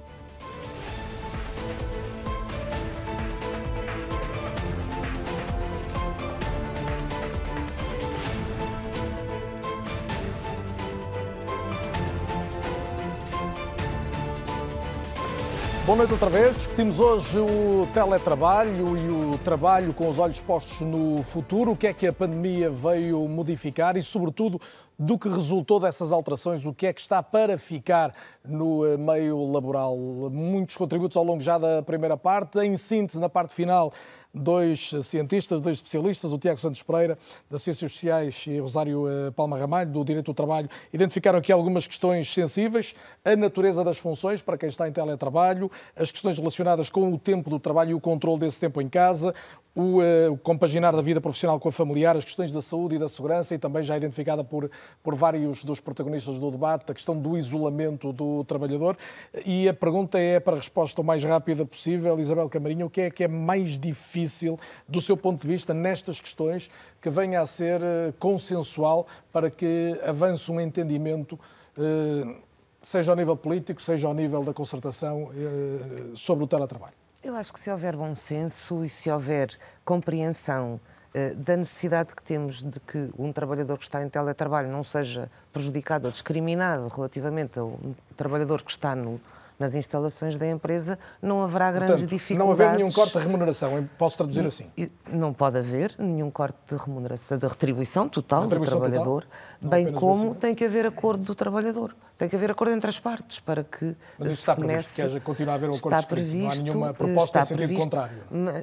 Boa noite outra vez. Discutimos hoje o teletrabalho e o trabalho com os olhos postos no futuro. O que é que a pandemia veio modificar e, sobretudo, do que resultou dessas alterações, o que é que está para ficar no meio laboral. Muitos contributos ao longo já da primeira parte. Em síntese, na parte final, dois cientistas, dois especialistas, o Tiago Santos Pereira, das Ciências Sociais, e Rosário Palma Ramalho, do Direito do Trabalho, identificaram aqui algumas questões sensíveis, a natureza das funções, para quem está em teletrabalho, as questões relacionadas com o tempo do trabalho e o controle desse tempo em casa, o, uh, o compaginar da vida profissional com a familiar, as questões da saúde e da segurança, e também já identificada por, por vários dos protagonistas do debate, a questão do isolamento do trabalhador. E a pergunta é, para a resposta o mais rápida possível, Isabel Camarinha, o que é que é mais difícil, do seu ponto de vista, nestas questões, que venha a ser uh, consensual para que avance um entendimento, uh, seja ao nível político, seja ao nível da concertação, uh, sobre o teletrabalho? Eu acho que se houver bom senso e se houver compreensão uh, da necessidade que temos de que um trabalhador que está em teletrabalho não seja prejudicado ou discriminado relativamente ao trabalhador que está no, nas instalações da empresa, não haverá grandes Portanto, dificuldades. Não haver nenhum corte de remuneração, posso traduzir assim? Não pode haver nenhum corte de remuneração, de retribuição total retribuição do trabalhador, total? bem como tem que haver acordo do trabalhador. Tem que haver acordo entre as partes para que Mas isso se está comece... previsto, que continuar a haver um acordo está escrito, previsto, não há nenhuma proposta está em sentido previsto, contrário.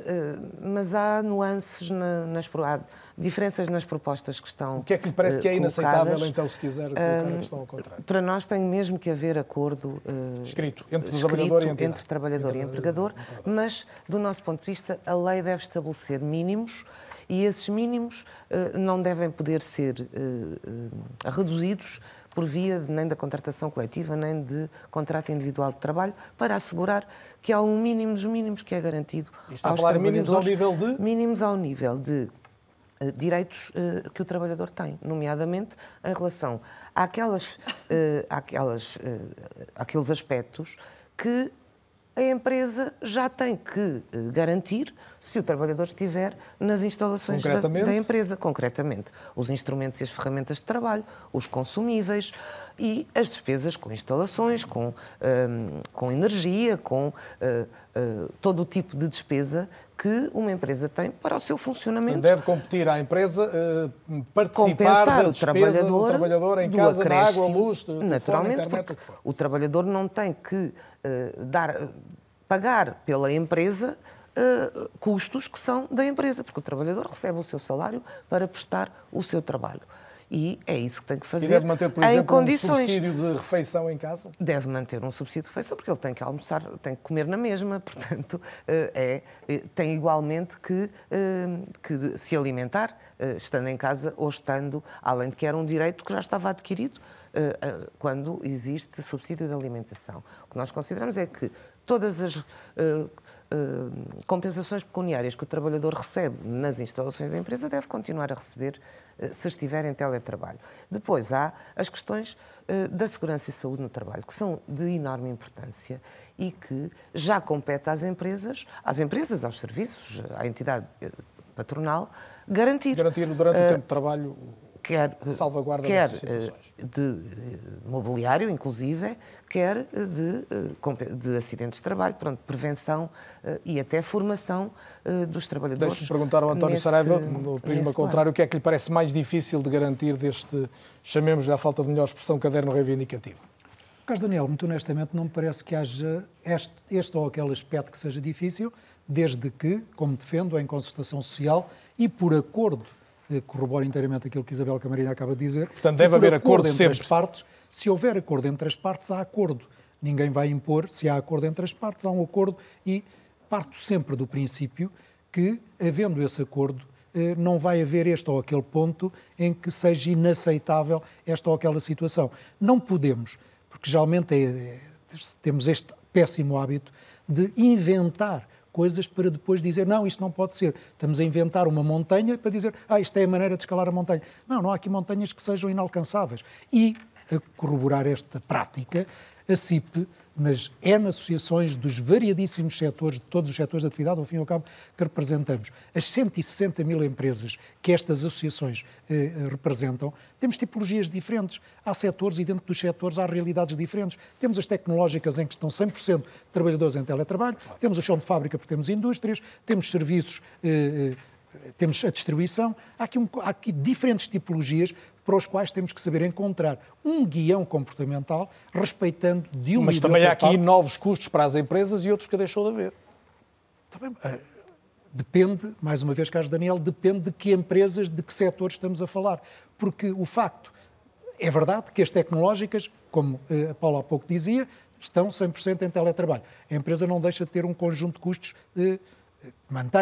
Mas há nuances, na, nas, há diferenças nas propostas que estão. O que é que lhe parece que é inaceitável, colocadas. Então, se quiser colocar a questão ao contrário? Para nós tem mesmo que haver acordo uh, escrito entre escrito, trabalhador e entidade. entre trabalhador entre e empregador, mas, do nosso ponto de vista, a lei deve estabelecer mínimos e esses mínimos uh, não devem poder ser uh, uh, reduzidos por via de, nem da contratação coletiva, nem de contrato individual de trabalho, para assegurar que há um mínimo dos mínimos que é garantido está aos a falar trabalhadores. Mínimos ao nível de? Mínimos ao nível de uh, direitos uh, que o trabalhador tem, nomeadamente em relação àquelas, uh, àquelas, uh, àqueles aspectos que a empresa já tem que garantir se o trabalhador estiver nas instalações da, da empresa. Concretamente, os instrumentos e as ferramentas de trabalho, os consumíveis e as despesas com instalações, com, um, com energia, com uh, uh, todo o tipo de despesa que uma empresa tem para o seu funcionamento. Deve competir à empresa uh, participar compensar da o despesa trabalhador, do trabalhador em casa, na água, luz, telefone, naturalmente, internet, o que for. O trabalhador não tem que uh, dar, uh, pagar pela empresa uh, custos que são da empresa, porque o trabalhador recebe o seu salário para prestar o seu trabalho. E é isso que tem que fazer. E deve manter, por em exemplo, condições. um subsídio de refeição em casa? Deve manter um subsídio de refeição, porque ele tem que almoçar, tem que comer na mesma, portanto, é, tem igualmente que, que se alimentar, estando em casa ou estando, além de que era um direito que já estava adquirido quando existe subsídio de alimentação. O que nós consideramos é que todas as Uh, compensações pecuniárias que o trabalhador recebe nas instalações da empresa deve continuar a receber uh, se estiver em teletrabalho. Depois há as questões uh, da segurança e saúde no trabalho, que são de enorme importância e que já compete às empresas, às empresas, aos serviços, à entidade patronal, garantir. Garantir durante uh, o tempo de trabalho quer, salvaguarda quer dessas situações. De mobiliário, inclusive, quer de, de acidentes de trabalho, pronto, prevenção e até formação dos trabalhadores. Deixe-me perguntar ao António nesse, Saraiva, no prisma contrário, o que é que lhe parece mais difícil de garantir deste, chamemos-lhe à falta de melhor expressão, caderno reivindicativo? Carlos Daniel, muito honestamente, não me parece que haja este, este ou aquele aspecto que seja difícil, desde que, como defendo, em concertação social e por acordo, corrobora inteiramente aquilo que Isabel Camarinha acaba de dizer. Portanto, deve haver acordo, acordo entre sempre. As partes. Se houver acordo entre as partes, há acordo. Ninguém vai impor. Se há acordo entre as partes, há um acordo e parto sempre do princípio que, havendo esse acordo, não vai haver este ou aquele ponto em que seja inaceitável esta ou aquela situação. Não podemos, porque geralmente é, temos este péssimo hábito de inventar coisas para depois dizer, não, isto não pode ser. Estamos a inventar uma montanha para dizer, ah, isto é a maneira de escalar a montanha. Não, não há aqui montanhas que sejam inalcançáveis. E, a corroborar esta prática, a C I P, nas N associações dos variadíssimos setores, de todos os setores de atividade, ao fim e ao cabo, que representamos, as cento e sessenta mil empresas que estas associações eh, representam, temos tipologias diferentes. Há setores e dentro dos setores há realidades diferentes. Temos as tecnológicas em que estão cem por cento de trabalhadores em teletrabalho, temos o chão de fábrica porque temos indústrias, temos serviços, eh, eh, temos a distribuição. Há aqui, um, há aqui diferentes tipologias para os quais temos que saber encontrar um guião comportamental respeitando de uma Mas também há aqui parte... novos custos para as empresas e outros que deixou de haver. Também, depende, mais uma vez, Carlos Daniel, depende de que empresas, de que setores estamos a falar. Porque o facto, é verdade que as tecnológicas, como a Paula há pouco dizia, estão cem por cento em teletrabalho. A empresa não deixa de ter um conjunto de custos que mantém.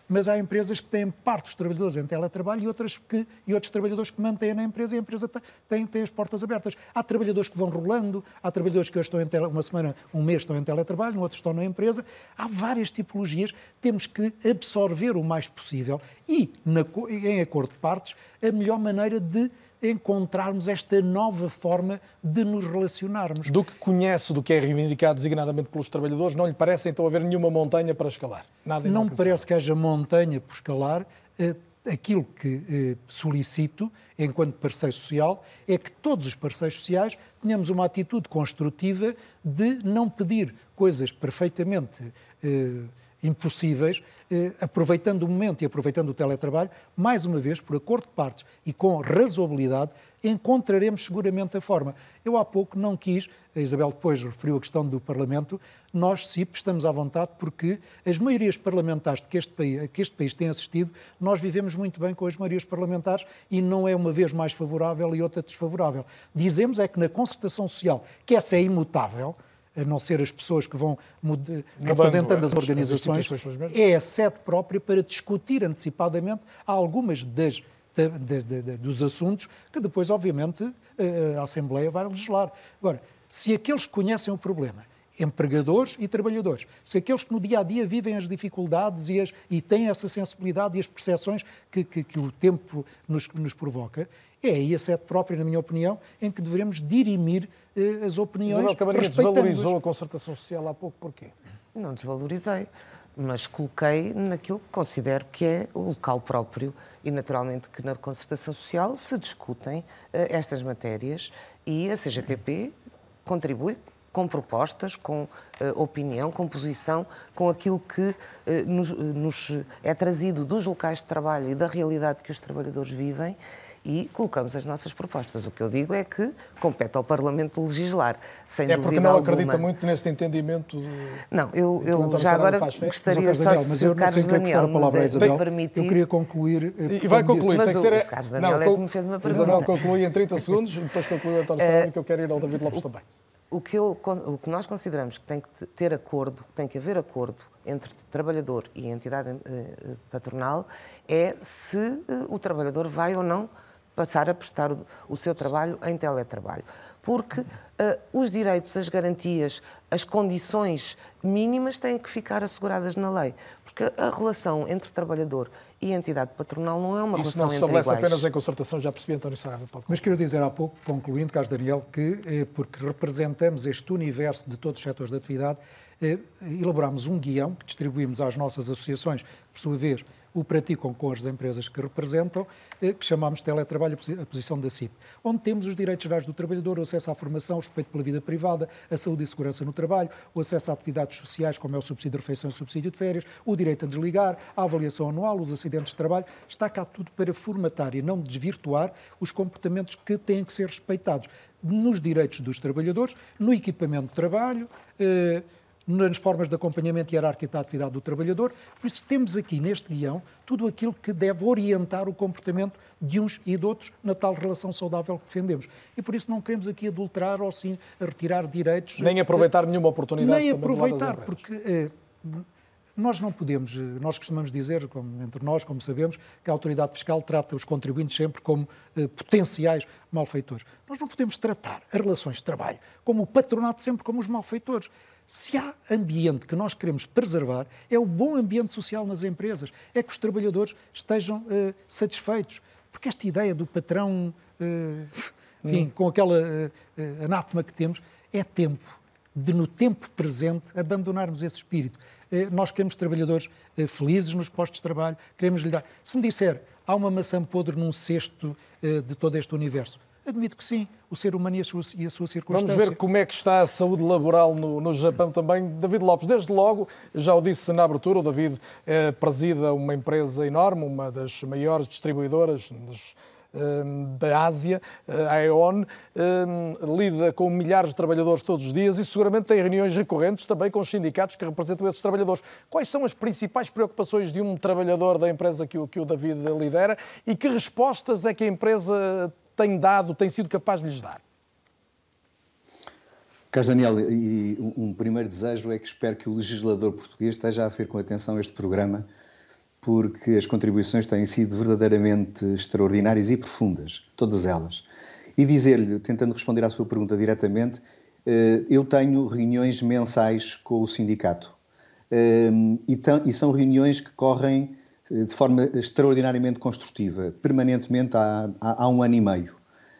mas há empresas que têm parte dos trabalhadores em teletrabalho e, outras que, e outros trabalhadores que mantêm na empresa e a empresa tem, tem as portas abertas. Há trabalhadores que vão rolando, há trabalhadores que estão em tele, uma semana, um mês estão em teletrabalho, outros estão na empresa. Há várias tipologias, temos que absorver o mais possível e, na, em acordo de partes, a melhor maneira de encontrarmos esta nova forma de nos relacionarmos. Do que conhece, do que é reivindicado designadamente pelos trabalhadores, não lhe parece então haver nenhuma montanha para escalar? Nada não me parece que haja montanha por escalar. Aquilo que solicito, enquanto parceiro social, é que todos os parceiros sociais tenhamos uma atitude construtiva de não pedir coisas perfeitamente eh, impossíveis, eh, aproveitando o momento e aproveitando o teletrabalho, mais uma vez, por acordo de partes e com razoabilidade, encontraremos seguramente a forma. Eu há pouco não quis, a Isabel depois referiu a questão do Parlamento, nós, S I P, estamos à vontade porque as maiorias parlamentares que este país, que este país tem assistido, nós vivemos muito bem com as maiorias parlamentares e não é uma vez mais favorável e outra desfavorável. Dizemos é que na concertação social, que essa é imutável, a não ser as pessoas que vão mudando, representando as organizações, as é a sede própria para discutir antecipadamente algumas das, da, da, da, dos assuntos que depois, obviamente, a Assembleia vai legislar. Agora, se aqueles que conhecem o problema, empregadores e trabalhadores, se aqueles que no dia-a-dia vivem as dificuldades e, as, e têm essa sensibilidade e as percepções que, que, que o tempo nos, nos provoca, é aí a sede própria, na minha opinião, em que devemos dirimir eh, as opiniões. Isabel Camarinha desvalorizou a concertação social há pouco, porquê? Não desvalorizei, mas coloquei naquilo que considero que é o local próprio e, naturalmente, que na concertação social se discutem eh, estas matérias e a C G T P contribui com propostas, com uh, opinião, com posição, com aquilo que uh, nos, nos é trazido dos locais de trabalho e da realidade que os trabalhadores vivem e colocamos as nossas propostas. O que eu digo é que compete ao Parlamento legislar, sem dúvida alguma. É porque não acredita muito neste entendimento? Do... Não, eu, eu já agora gostaria só, Daniel, mas eu não sei quem cortar a palavra a Isabel, permitir... eu queria concluir... E vai concluir, mas tem que o, ser... O Carlos Daniel não, é que me fez uma pergunta. Isabel conclui em trinta segundos, depois conclui o António Salgado, que eu quero ir ao David Lopes também. O que, eu, o que nós consideramos que tem que ter acordo, tem que haver acordo entre trabalhador e entidade eh, patronal é se eh, o trabalhador vai ou não passar a prestar o, o seu trabalho em teletrabalho. Porque uh, os direitos, as garantias, as condições mínimas têm que ficar asseguradas na lei. Porque a relação entre trabalhador e entidade patronal não é uma Isso relação entre iguais. Isso não se estabelece apenas em concertação, já percebi, António Saraiva. Mas quero dizer há pouco, concluindo, Carlos Daniel, que eh, porque representamos este universo de todos os setores de atividade, eh, elaboramos um guião que distribuímos às nossas associações, por sua vez, o praticam com as empresas que representam, que chamamos de teletrabalho, a posição da C I P, onde temos os direitos gerais do trabalhador, o acesso à formação, o respeito pela vida privada, a saúde e segurança no trabalho, o acesso a atividades sociais, como é o subsídio de refeição e o subsídio de férias, o direito a desligar, a avaliação anual, os acidentes de trabalho. Está cá tudo para formatar e não desvirtuar os comportamentos que têm que ser respeitados nos direitos dos trabalhadores, no equipamento de trabalho, eh, nas formas de acompanhamento hierárquico da atividade do trabalhador. Por isso, temos aqui, neste guião, tudo aquilo que deve orientar o comportamento de uns e de outros na tal relação saudável que defendemos. E por isso não queremos aqui adulterar ou sim retirar direitos... Nem aproveitar nenhuma oportunidade. Nem aproveitar, porque eh, nós não podemos... Nós costumamos dizer, como, entre nós, como sabemos, que a autoridade fiscal trata os contribuintes sempre como eh, potenciais malfeitores. Nós não podemos tratar as relações de trabalho como o patronato sempre como os malfeitores. Se há ambiente que nós queremos preservar, é o bom ambiente social nas empresas, é que os trabalhadores estejam uh, satisfeitos. Porque esta ideia do patrão, uh, enfim, hum. com aquela uh, anátema que temos, é tempo de, no tempo presente, abandonarmos esse espírito. Uh, nós queremos trabalhadores uh, felizes nos postos de trabalho, queremos lhe dar... Se me disser, há uma maçã podre num cesto uh, de todo este universo, admito que sim, o ser humano e a sua, e a sua circunstância. Vamos ver como é que está a saúde laboral no, no Japão também. David Lopes, desde logo, já o disse na abertura, o David eh, presida uma empresa enorme, uma das maiores distribuidoras das, eh, da Ásia, a Aeon, eh, lida com milhares de trabalhadores todos os dias e seguramente tem reuniões recorrentes também com os sindicatos que representam esses trabalhadores. Quais são as principais preocupações de um trabalhador da empresa que o, que o David lidera e que respostas é que a empresa tem dado, tem sido capaz de lhes dar? Carlos Daniel, e um primeiro desejo é que espero que o legislador português esteja a ver com atenção este programa, porque as contribuições têm sido verdadeiramente extraordinárias e profundas, todas elas. E dizer-lhe, tentando responder à sua pergunta diretamente, eu tenho reuniões mensais com o sindicato. E são reuniões que correm de forma extraordinariamente construtiva, permanentemente há, há, há um ano e meio.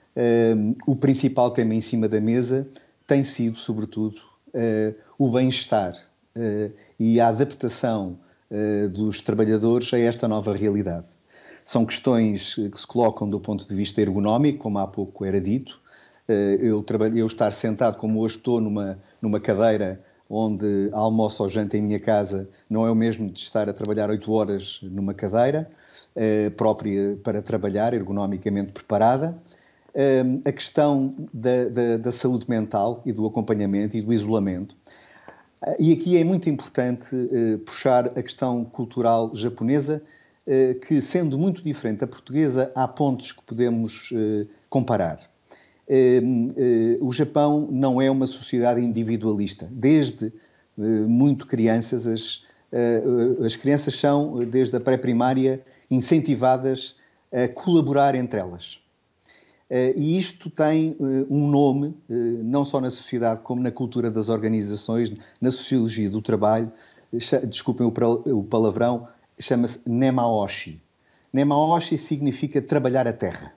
O principal tema em cima da mesa tem sido, sobretudo, o bem-estar e a adaptação dos trabalhadores a esta nova realidade. São questões que se colocam do ponto de vista ergonómico, como há pouco era dito. Eu, eu estar sentado, como hoje estou, numa, numa cadeira onde almoço ou janto em minha casa, não é o mesmo de estar a trabalhar oito horas numa cadeira eh, própria para trabalhar, ergonomicamente preparada. Eh, a questão da, da, da saúde mental e do acompanhamento e do isolamento. E aqui é muito importante eh, puxar a questão cultural japonesa, eh, que, sendo muito diferente da portuguesa, há pontos que podemos eh, comparar. Eh, eh, o Japão não é uma sociedade individualista. Desde eh, muito crianças, as, eh, as crianças são, desde a pré-primária, incentivadas a colaborar entre elas. Uh, e isto tem uh, um nome, uh, não só na sociedade como na cultura das organizações, na sociologia do trabalho, uh, desculpem o, o palavrão, chama-se Nemaoshi. Nemaoshi significa trabalhar a terra.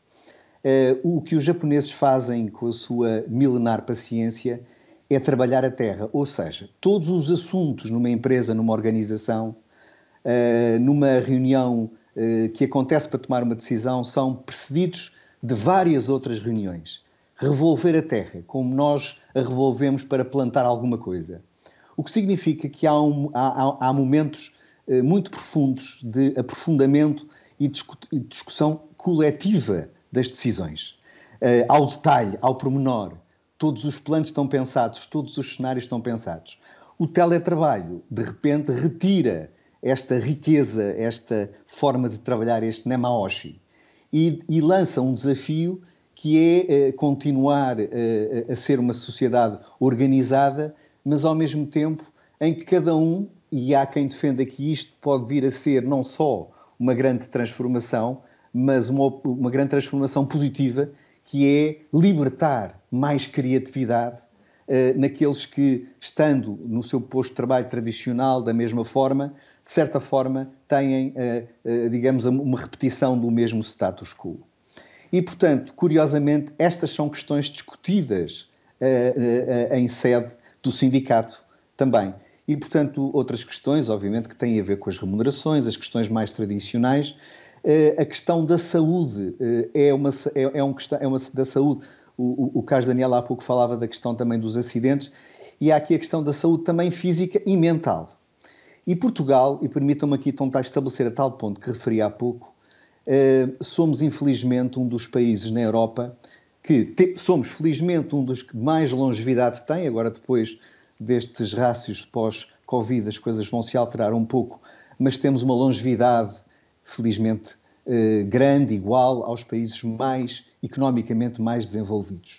Uh, o que os japoneses fazem com a sua milenar paciência é trabalhar a terra, ou seja, todos os assuntos numa empresa, numa organização, uh, numa reunião uh, que acontece para tomar uma decisão, são precedidos de várias outras reuniões. Revolver a terra, como nós a revolvemos para plantar alguma coisa. O que significa que há, um, há, há momentos eh, muito profundos de aprofundamento e discussão coletiva das decisões. Eh, ao detalhe, ao pormenor. Todos os planos estão pensados, todos os cenários estão pensados. O teletrabalho, de repente, retira esta riqueza, esta forma de trabalhar, este nemaoshi. E, e lança um desafio que é uh, continuar uh, a ser uma sociedade organizada, mas ao mesmo tempo em que cada um, e há quem defenda que isto pode vir a ser não só uma grande transformação, mas uma, uma grande transformação positiva, que é libertar mais criatividade uh, naqueles que, estando no seu posto de trabalho tradicional da mesma forma, de certa forma, têm, digamos, uma repetição do mesmo status quo. E, portanto, curiosamente, estas são questões discutidas em sede do sindicato também. E, portanto, outras questões, obviamente, que têm a ver com as remunerações, as questões mais tradicionais. A questão da saúde é uma, é, é um, é uma da saúde. O, o, o Carlos Daniel há pouco falava da questão também dos acidentes, e há aqui a questão da saúde também física e mental. E Portugal, e permitam-me aqui tentar estabelecer a tal ponto que referi há pouco, eh, somos infelizmente um dos países na Europa que te, somos felizmente um dos que mais longevidade tem. Agora, depois destes rácios pós-Covid, as coisas vão se alterar um pouco, mas temos uma longevidade felizmente eh, grande, igual aos países mais economicamente mais desenvolvidos.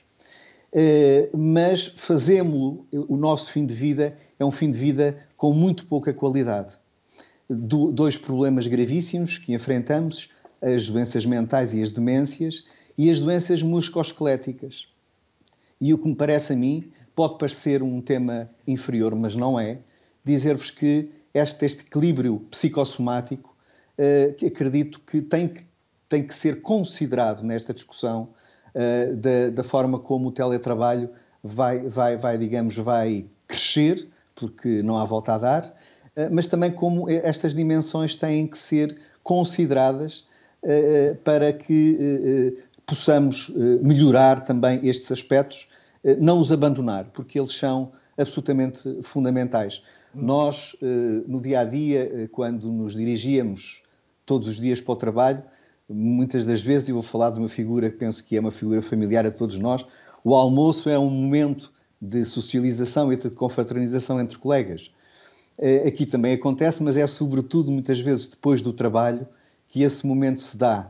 Eh, mas fazemos-lo, o nosso fim de vida é um fim de vida com muito pouca qualidade. Do, dois problemas gravíssimos que enfrentamos, as doenças mentais e as demências, e as doenças musculoesqueléticas. E o que me parece a mim, pode parecer um tema inferior, mas não é, dizer-vos que este, este equilíbrio psicossomático, uh, que acredito que tem, que tem que ser considerado nesta discussão uh, da, da forma como o teletrabalho vai, vai, vai, digamos, vai crescer, porque não há volta a dar, mas também como estas dimensões têm que ser consideradas para que possamos melhorar também estes aspectos, não os abandonar, porque eles são absolutamente fundamentais. Nós, no dia-a-dia, quando nos dirigíamos todos os dias para o trabalho, muitas das vezes, e vou falar de uma figura que penso que é uma figura familiar a todos nós, o almoço é um momento de socialização e de confraternização entre colegas. Aqui também acontece, mas é sobretudo muitas vezes depois do trabalho que esse momento se dá.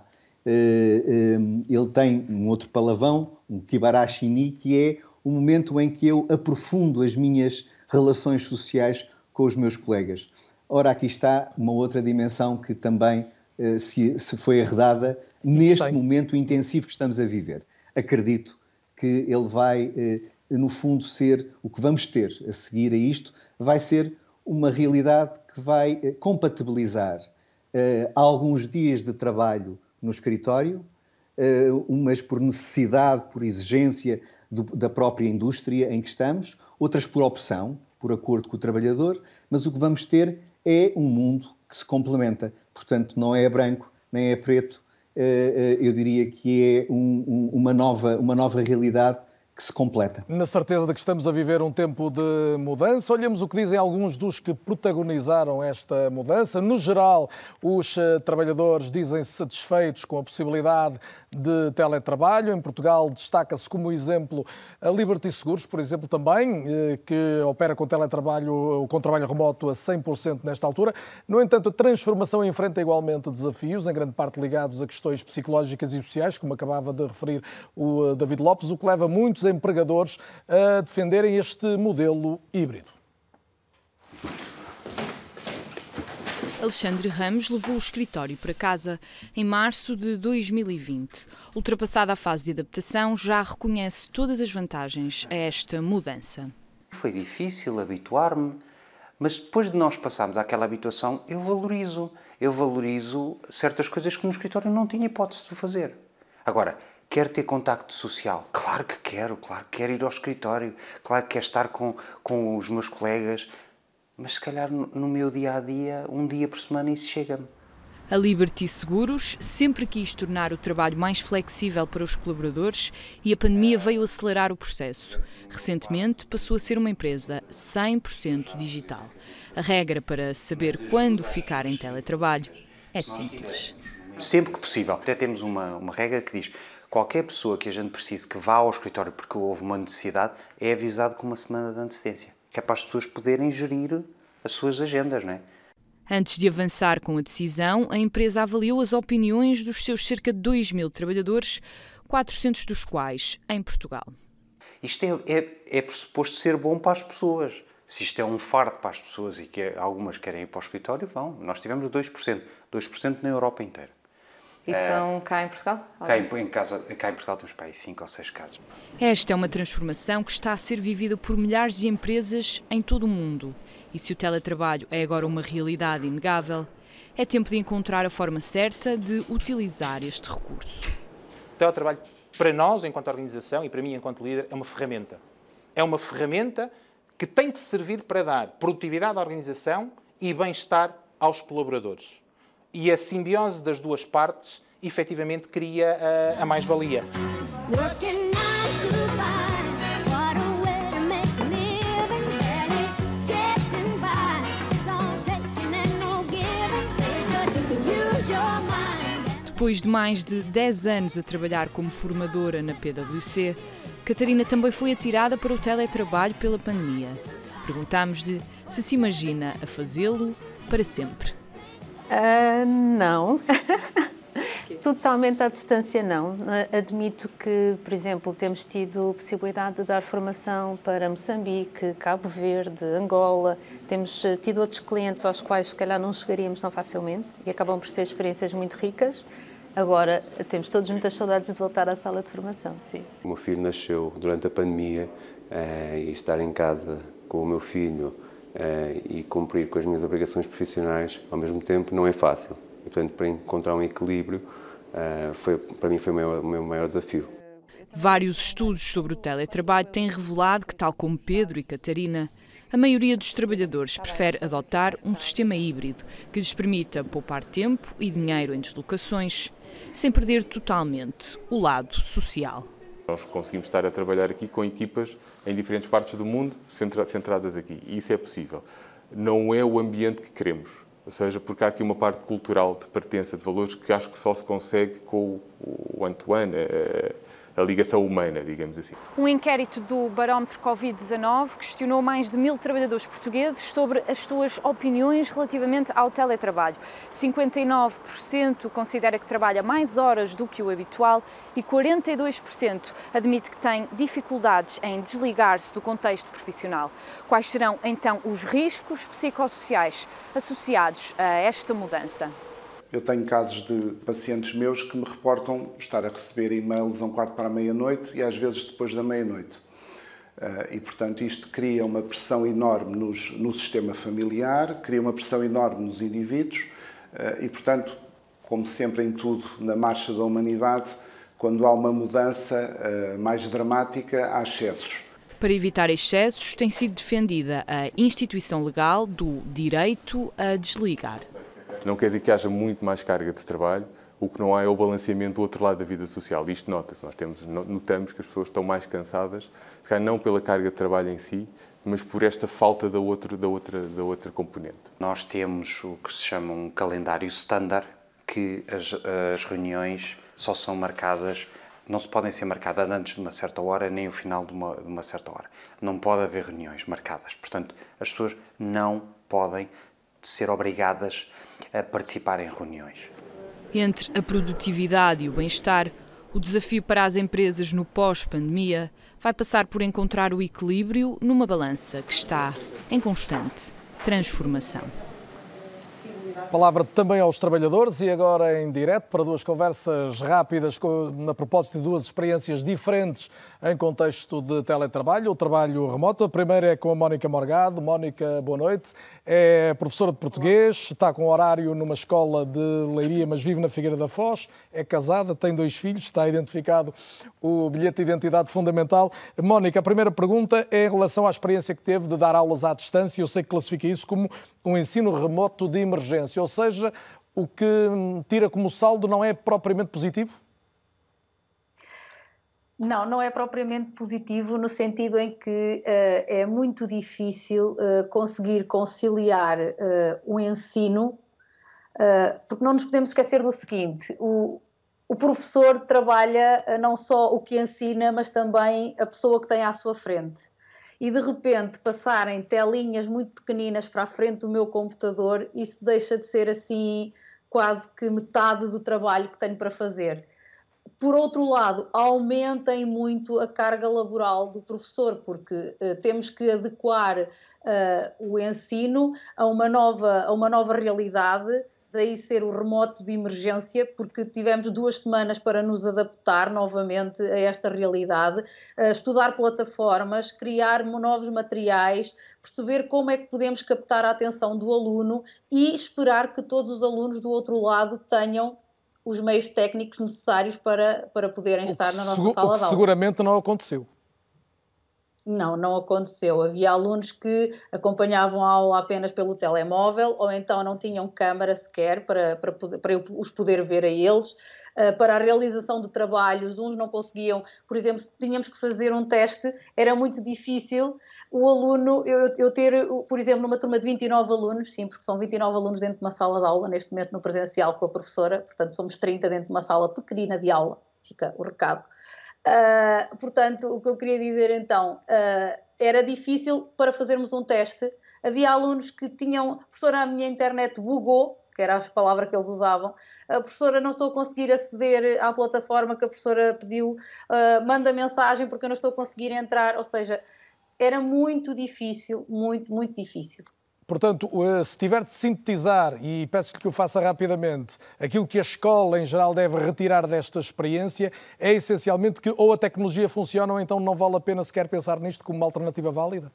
Ele tem um outro palavrão, um kibarashi ni, que é o momento em que eu aprofundo as minhas relações sociais com os meus colegas. Ora, aqui está uma outra dimensão que também uh, se, se foi herdada neste momento intensivo que estamos a viver. Acredito que ele vai, uh, no fundo, ser o que vamos ter a seguir a isto, vai ser uma realidade que vai uh, compatibilizar uh, alguns dias de trabalho no escritório, uh, umas por necessidade, por exigência do, da própria indústria em que estamos, outras por opção, por acordo com o trabalhador, mas o que vamos ter é um mundo que se complementa. Portanto, não é branco, nem é preto, eu diria que é um, um, uma, nova, uma nova realidade que se completa. Na certeza de que estamos a viver um tempo de mudança, olhemos o que dizem alguns dos que protagonizaram esta mudança. No geral, os trabalhadores dizem-se satisfeitos com a possibilidade de teletrabalho. Em Portugal destaca-se como exemplo a Liberty Seguros, por exemplo, também, que opera com teletrabalho, com trabalho remoto a cem por cento nesta altura. No entanto, a transformação enfrenta igualmente desafios, em grande parte ligados a questões psicológicas e sociais, como acabava de referir o David Lopes, o que leva muitos empregadores a defenderem este modelo híbrido. Alexandre Ramos levou o escritório para casa em março de dois mil e vinte. Ultrapassada a fase de adaptação, já reconhece todas as vantagens a esta mudança. Foi difícil habituar-me, mas depois de nós passarmos àquela habituação, eu valorizo. Eu valorizo certas coisas que no escritório não tinha hipótese de fazer. Agora, quero ter contacto social? Claro que quero, claro que quero ir ao escritório, claro que quero estar com, com os meus colegas, mas se calhar no meu dia-a-dia, um dia por semana isso chega-me. A Liberty Seguros sempre quis tornar o trabalho mais flexível para os colaboradores e a pandemia veio acelerar o processo. Recentemente passou a ser uma empresa cem por cento digital. A regra para saber quando ficar em teletrabalho é simples. Sempre que possível. Até temos uma, uma regra que diz: qualquer pessoa que a gente precise que vá ao escritório porque houve uma necessidade é avisado com uma semana de antecedência, que é para as pessoas poderem gerir as suas agendas, não é? Antes de avançar com a decisão, a empresa avaliou as opiniões dos seus cerca de dois mil trabalhadores, quatrocentos dos quais em Portugal. Isto é, é, é pressuposto ser bom para as pessoas. Se isto é um fardo para as pessoas e que algumas querem ir para o escritório, vão. Nós tivemos dois por cento, dois por cento na Europa inteira. E são cá em Portugal? Cá em, em, casa, cá em Portugal temos para aí cinco ou seis casos. Esta é uma transformação que está a ser vivida por milhares de empresas em todo o mundo. E se o teletrabalho é agora uma realidade inegável, é tempo de encontrar a forma certa de utilizar este recurso. O teletrabalho, para nós, enquanto organização, e para mim, enquanto líder, é uma ferramenta. É uma ferramenta que tem que servir para dar produtividade à organização e bem-estar aos colaboradores. E a simbiose das duas partes, efetivamente, cria a, a mais-valia. Depois de mais de dez anos a trabalhar como formadora na P W C, Catarina também foi atirada para o teletrabalho pela pandemia. Perguntámos-lhe se se imagina a fazê-lo para sempre. Uh, não. Totalmente à distância, não. Admito que, por exemplo, temos tido possibilidade de dar formação para Moçambique, Cabo Verde, Angola. Temos tido outros clientes aos quais, se calhar, não chegaríamos tão facilmente e acabam por ser experiências muito ricas. Agora, temos todos muitas saudades de voltar à sala de formação, sim. O meu filho nasceu durante a pandemia eh, e estar em casa com o meu filho eh, e cumprir com as minhas obrigações profissionais ao mesmo tempo não é fácil. E, portanto, para encontrar um equilíbrio, uh, foi, para mim foi o meu, o meu maior desafio. Vários estudos sobre o teletrabalho têm revelado que, tal como Pedro e Catarina, a maioria dos trabalhadores prefere adotar um sistema híbrido que lhes permita poupar tempo e dinheiro em deslocações, sem perder totalmente o lado social. Nós conseguimos estar a trabalhar aqui com equipas em diferentes partes do mundo, centradas aqui, e isso é possível. Não é o ambiente que queremos. Ou seja, porque há aqui uma parte cultural de pertença, de valores, que acho que só se consegue com o one-to-one, a ligação humana, digamos assim. Um inquérito do Barómetro covid dezanove questionou mais de mil trabalhadores portugueses sobre as suas opiniões relativamente ao teletrabalho. cinquenta e nove por cento considera que trabalha mais horas do que o habitual e quarenta e dois por cento admite que tem dificuldades em desligar-se do contexto profissional. Quais serão então os riscos psicossociais associados a esta mudança? Eu tenho casos de pacientes meus que me reportam estar a receber e-mails a um quarto para a meia-noite e às vezes depois da meia-noite. E, portanto, isto cria uma pressão enorme nos, no sistema familiar, cria uma pressão enorme nos indivíduos e, portanto, como sempre em tudo na marcha da humanidade, quando há uma mudança mais dramática, há excessos. Para evitar excessos, tem sido defendida a instituição legal do direito a desligar. Não quer dizer que haja muito mais carga de trabalho, o que não há é o balanceamento do outro lado da vida social. Isto nota-se, nós temos, notamos que as pessoas estão mais cansadas, se calhar não pela carga de trabalho em si, mas por esta falta da outra, da outra, da outra componente. Nós temos o que se chama um calendário standard, que as, as reuniões só são marcadas, não se podem ser marcadas antes de uma certa hora, nem o final de uma, de uma certa hora. Não pode haver reuniões marcadas. Portanto, as pessoas não podem ser obrigadas a participar em reuniões. Entre a produtividade e o bem-estar, o desafio para as empresas no pós-pandemia vai passar por encontrar o equilíbrio numa balança que está em constante transformação. Palavra também aos trabalhadores e agora em direto para duas conversas rápidas a propósito de duas experiências diferentes em contexto de teletrabalho, o trabalho remoto. A primeira é com a Mónica Morgado. Mónica, boa noite. É professora de português, está com horário numa escola de Leiria, mas vive na Figueira da Foz, é casada, tem dois filhos, está identificado o bilhete de identidade fundamental. Mónica, a primeira pergunta é em relação à experiência que teve de dar aulas à distância. Eu sei que classifica isso como um ensino remoto de emergência, ou seja, o que tira como saldo não é propriamente positivo? Não, não é propriamente positivo no sentido em que uh, é muito difícil uh, conseguir conciliar uh, o ensino, uh, porque não nos podemos esquecer do seguinte, o, o professor trabalha uh, não só o que ensina, mas também a pessoa que tem à sua frente. E de repente passarem telinhas muito pequeninas para a frente do meu computador, isso deixa de ser assim quase que metade do trabalho que tenho para fazer. Por outro lado, aumentem muito a carga laboral do professor, porque uh, temos que adequar uh, o ensino a uma nova, a uma nova realidade, daí ser o remoto de emergência, porque tivemos duas semanas para nos adaptar novamente a esta realidade, uh, estudar plataformas, criar novos materiais, perceber como é que podemos captar a atenção do aluno e esperar que todos os alunos do outro lado tenham os meios técnicos necessários para, para poderem estar na nossa sala de aula. O que seguramente não aconteceu. Não, não aconteceu. Havia alunos que acompanhavam a aula apenas pelo telemóvel ou então não tinham câmara sequer para, para, poder, para eu os poder ver a eles. Para a realização de trabalhos, uns não conseguiam, por exemplo, se tínhamos que fazer um teste, era muito difícil o aluno, eu, eu ter, por exemplo, numa turma de vinte e nove alunos, sim, porque são vinte e nove alunos dentro de uma sala de aula, neste momento no presencial com a professora, portanto somos trinta dentro de uma sala pequenina de aula, fica o recado. Uh, portanto, o que eu queria dizer então, uh, era difícil para fazermos um teste, havia alunos que tinham, professora, a minha internet bugou, que era a palavra que eles usavam, a professora, não estou a conseguir aceder à plataforma que a professora pediu, uh, manda mensagem porque eu não estou a conseguir entrar, ou seja, era muito difícil, muito, muito difícil. Portanto, se tiver de sintetizar, e peço-lhe que o faça rapidamente, aquilo que a escola em geral deve retirar desta experiência é essencialmente que ou a tecnologia funciona ou então não vale a pena sequer pensar nisto como uma alternativa válida?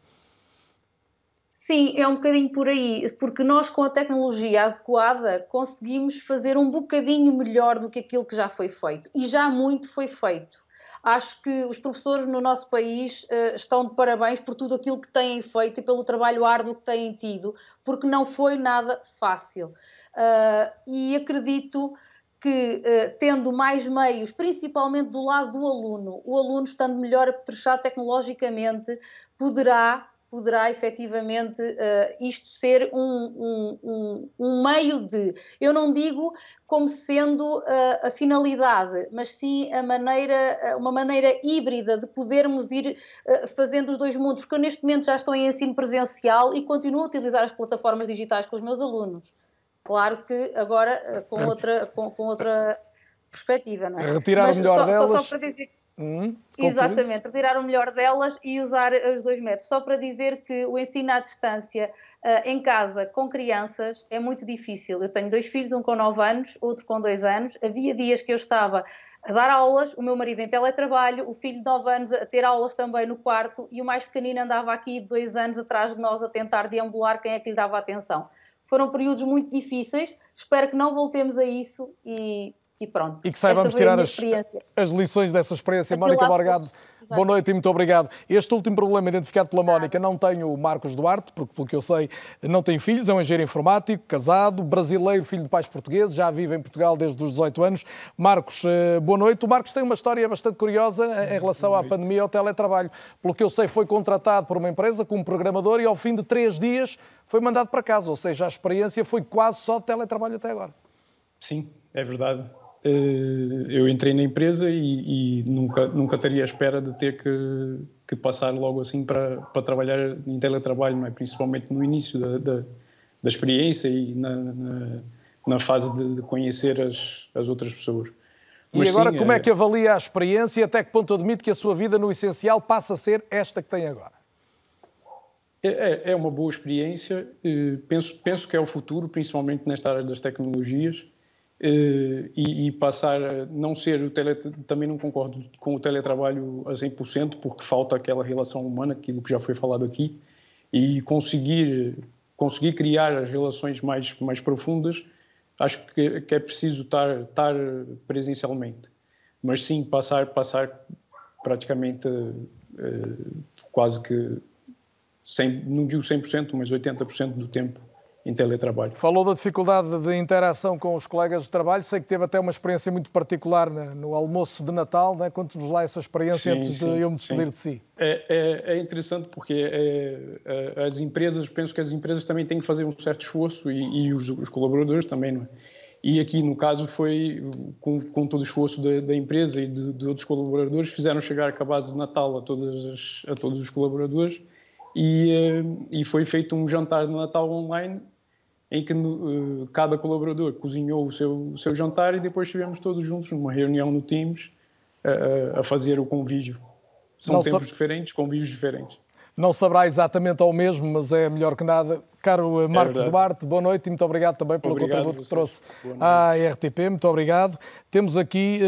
Sim, é um bocadinho por aí, porque nós com a tecnologia adequada conseguimos fazer um bocadinho melhor do que aquilo que já foi feito. E já muito foi feito. Acho que os professores no nosso país uh, estão de parabéns por tudo aquilo que têm feito e pelo trabalho árduo que têm tido, porque não foi nada fácil. Uh, e acredito que, uh, tendo mais meios, principalmente do lado do aluno, o aluno estando melhor apetrechado tecnologicamente, poderá poderá efetivamente uh, isto ser um, um, um, um meio de, eu não digo como sendo uh, a finalidade, mas sim a maneira, uma maneira híbrida de podermos ir uh, fazendo os dois mundos, porque eu neste momento já estou em ensino presencial e continuo a utilizar as plataformas digitais com os meus alunos. Claro que agora uh, com, outra, com, com outra perspectiva, não é? Retirar mas o melhor só, delas... Só, só para dizer... Hum, Exatamente, retirar o melhor delas e usar os dois métodos. Só para dizer que o ensino à distância uh, em casa com crianças é muito difícil. Eu tenho dois filhos, um com nove anos, outro com dois anos. Havia dias que eu estava a dar aulas, o meu marido em teletrabalho, o filho de nove anos a ter aulas também no quarto e o mais pequenino andava aqui de dois anos atrás de nós a tentar deambular quem é que lhe dava atenção. Foram períodos muito difíceis, espero que não voltemos a isso e... E pronto. E que saibamos tirar as, as lições dessa experiência. Aquilo Mónica lá Morgado, fosse. boa noite e muito obrigado. Este último problema identificado pela Mónica, não tenho o Marcos Duarte, porque pelo que eu sei não tem filhos, é um engenheiro informático, casado, brasileiro, filho de pais portugueses, já vive em Portugal desde os dezoito anos. Marcos, boa noite. O Marcos tem uma história bastante curiosa em relação à pandemia e ao teletrabalho. Pelo que eu sei, foi contratado por uma empresa como programador e ao fim de três dias foi mandado para casa, ou seja, a experiência foi quase só de teletrabalho até agora. Sim, é verdade. Eu entrei na empresa e, e nunca, nunca teria a espera de ter que, que passar logo assim para, para trabalhar em teletrabalho, não é? Principalmente no início da, da, da experiência e na, na, na fase de, de conhecer as, as outras pessoas. E Mas, agora, sim, como é... é que avalia a experiência e até que ponto admite que a sua vida no essencial passa a ser esta que tem agora? É, é uma boa experiência, penso, penso que é o futuro, principalmente nesta área das tecnologias. Uh, e, e passar a não ser o tele, também não concordo com o teletrabalho a cem por cento, porque falta aquela relação humana, aquilo que já foi falado aqui, e conseguir, conseguir criar as relações mais, mais profundas, acho que, que é preciso estar, estar presencialmente. Mas sim, passar, passar praticamente uh, quase que, cem, não digo cem por cento, mas oitenta por cento do tempo em teletrabalho. Falou da dificuldade de interação com os colegas de trabalho, sei que teve até uma experiência muito particular no almoço de Natal, não é? Conte-nos lá essa experiência sim, antes sim, de eu me despedir sim. de si. É, é, é interessante porque é, é, as empresas, penso que as empresas também têm que fazer um certo esforço e, e os, os colaboradores também, não é? E aqui, no caso, foi com, com todo o esforço da, da empresa e de, de outros colaboradores, fizeram chegar a base de Natal a, todas as, a todos os colaboradores e, e foi feito um jantar de Natal online em que uh, cada colaborador cozinhou o seu, o seu jantar e depois estivemos todos juntos numa reunião no Teams uh, a fazer o convívio. São Não tempos sa... diferentes, convívios diferentes. Não saberá exatamente ao mesmo, mas é melhor que nada. Caro Marcos é Duarte, boa noite e muito obrigado também pelo obrigado contributo que trouxe à R T P. Muito obrigado. Temos aqui,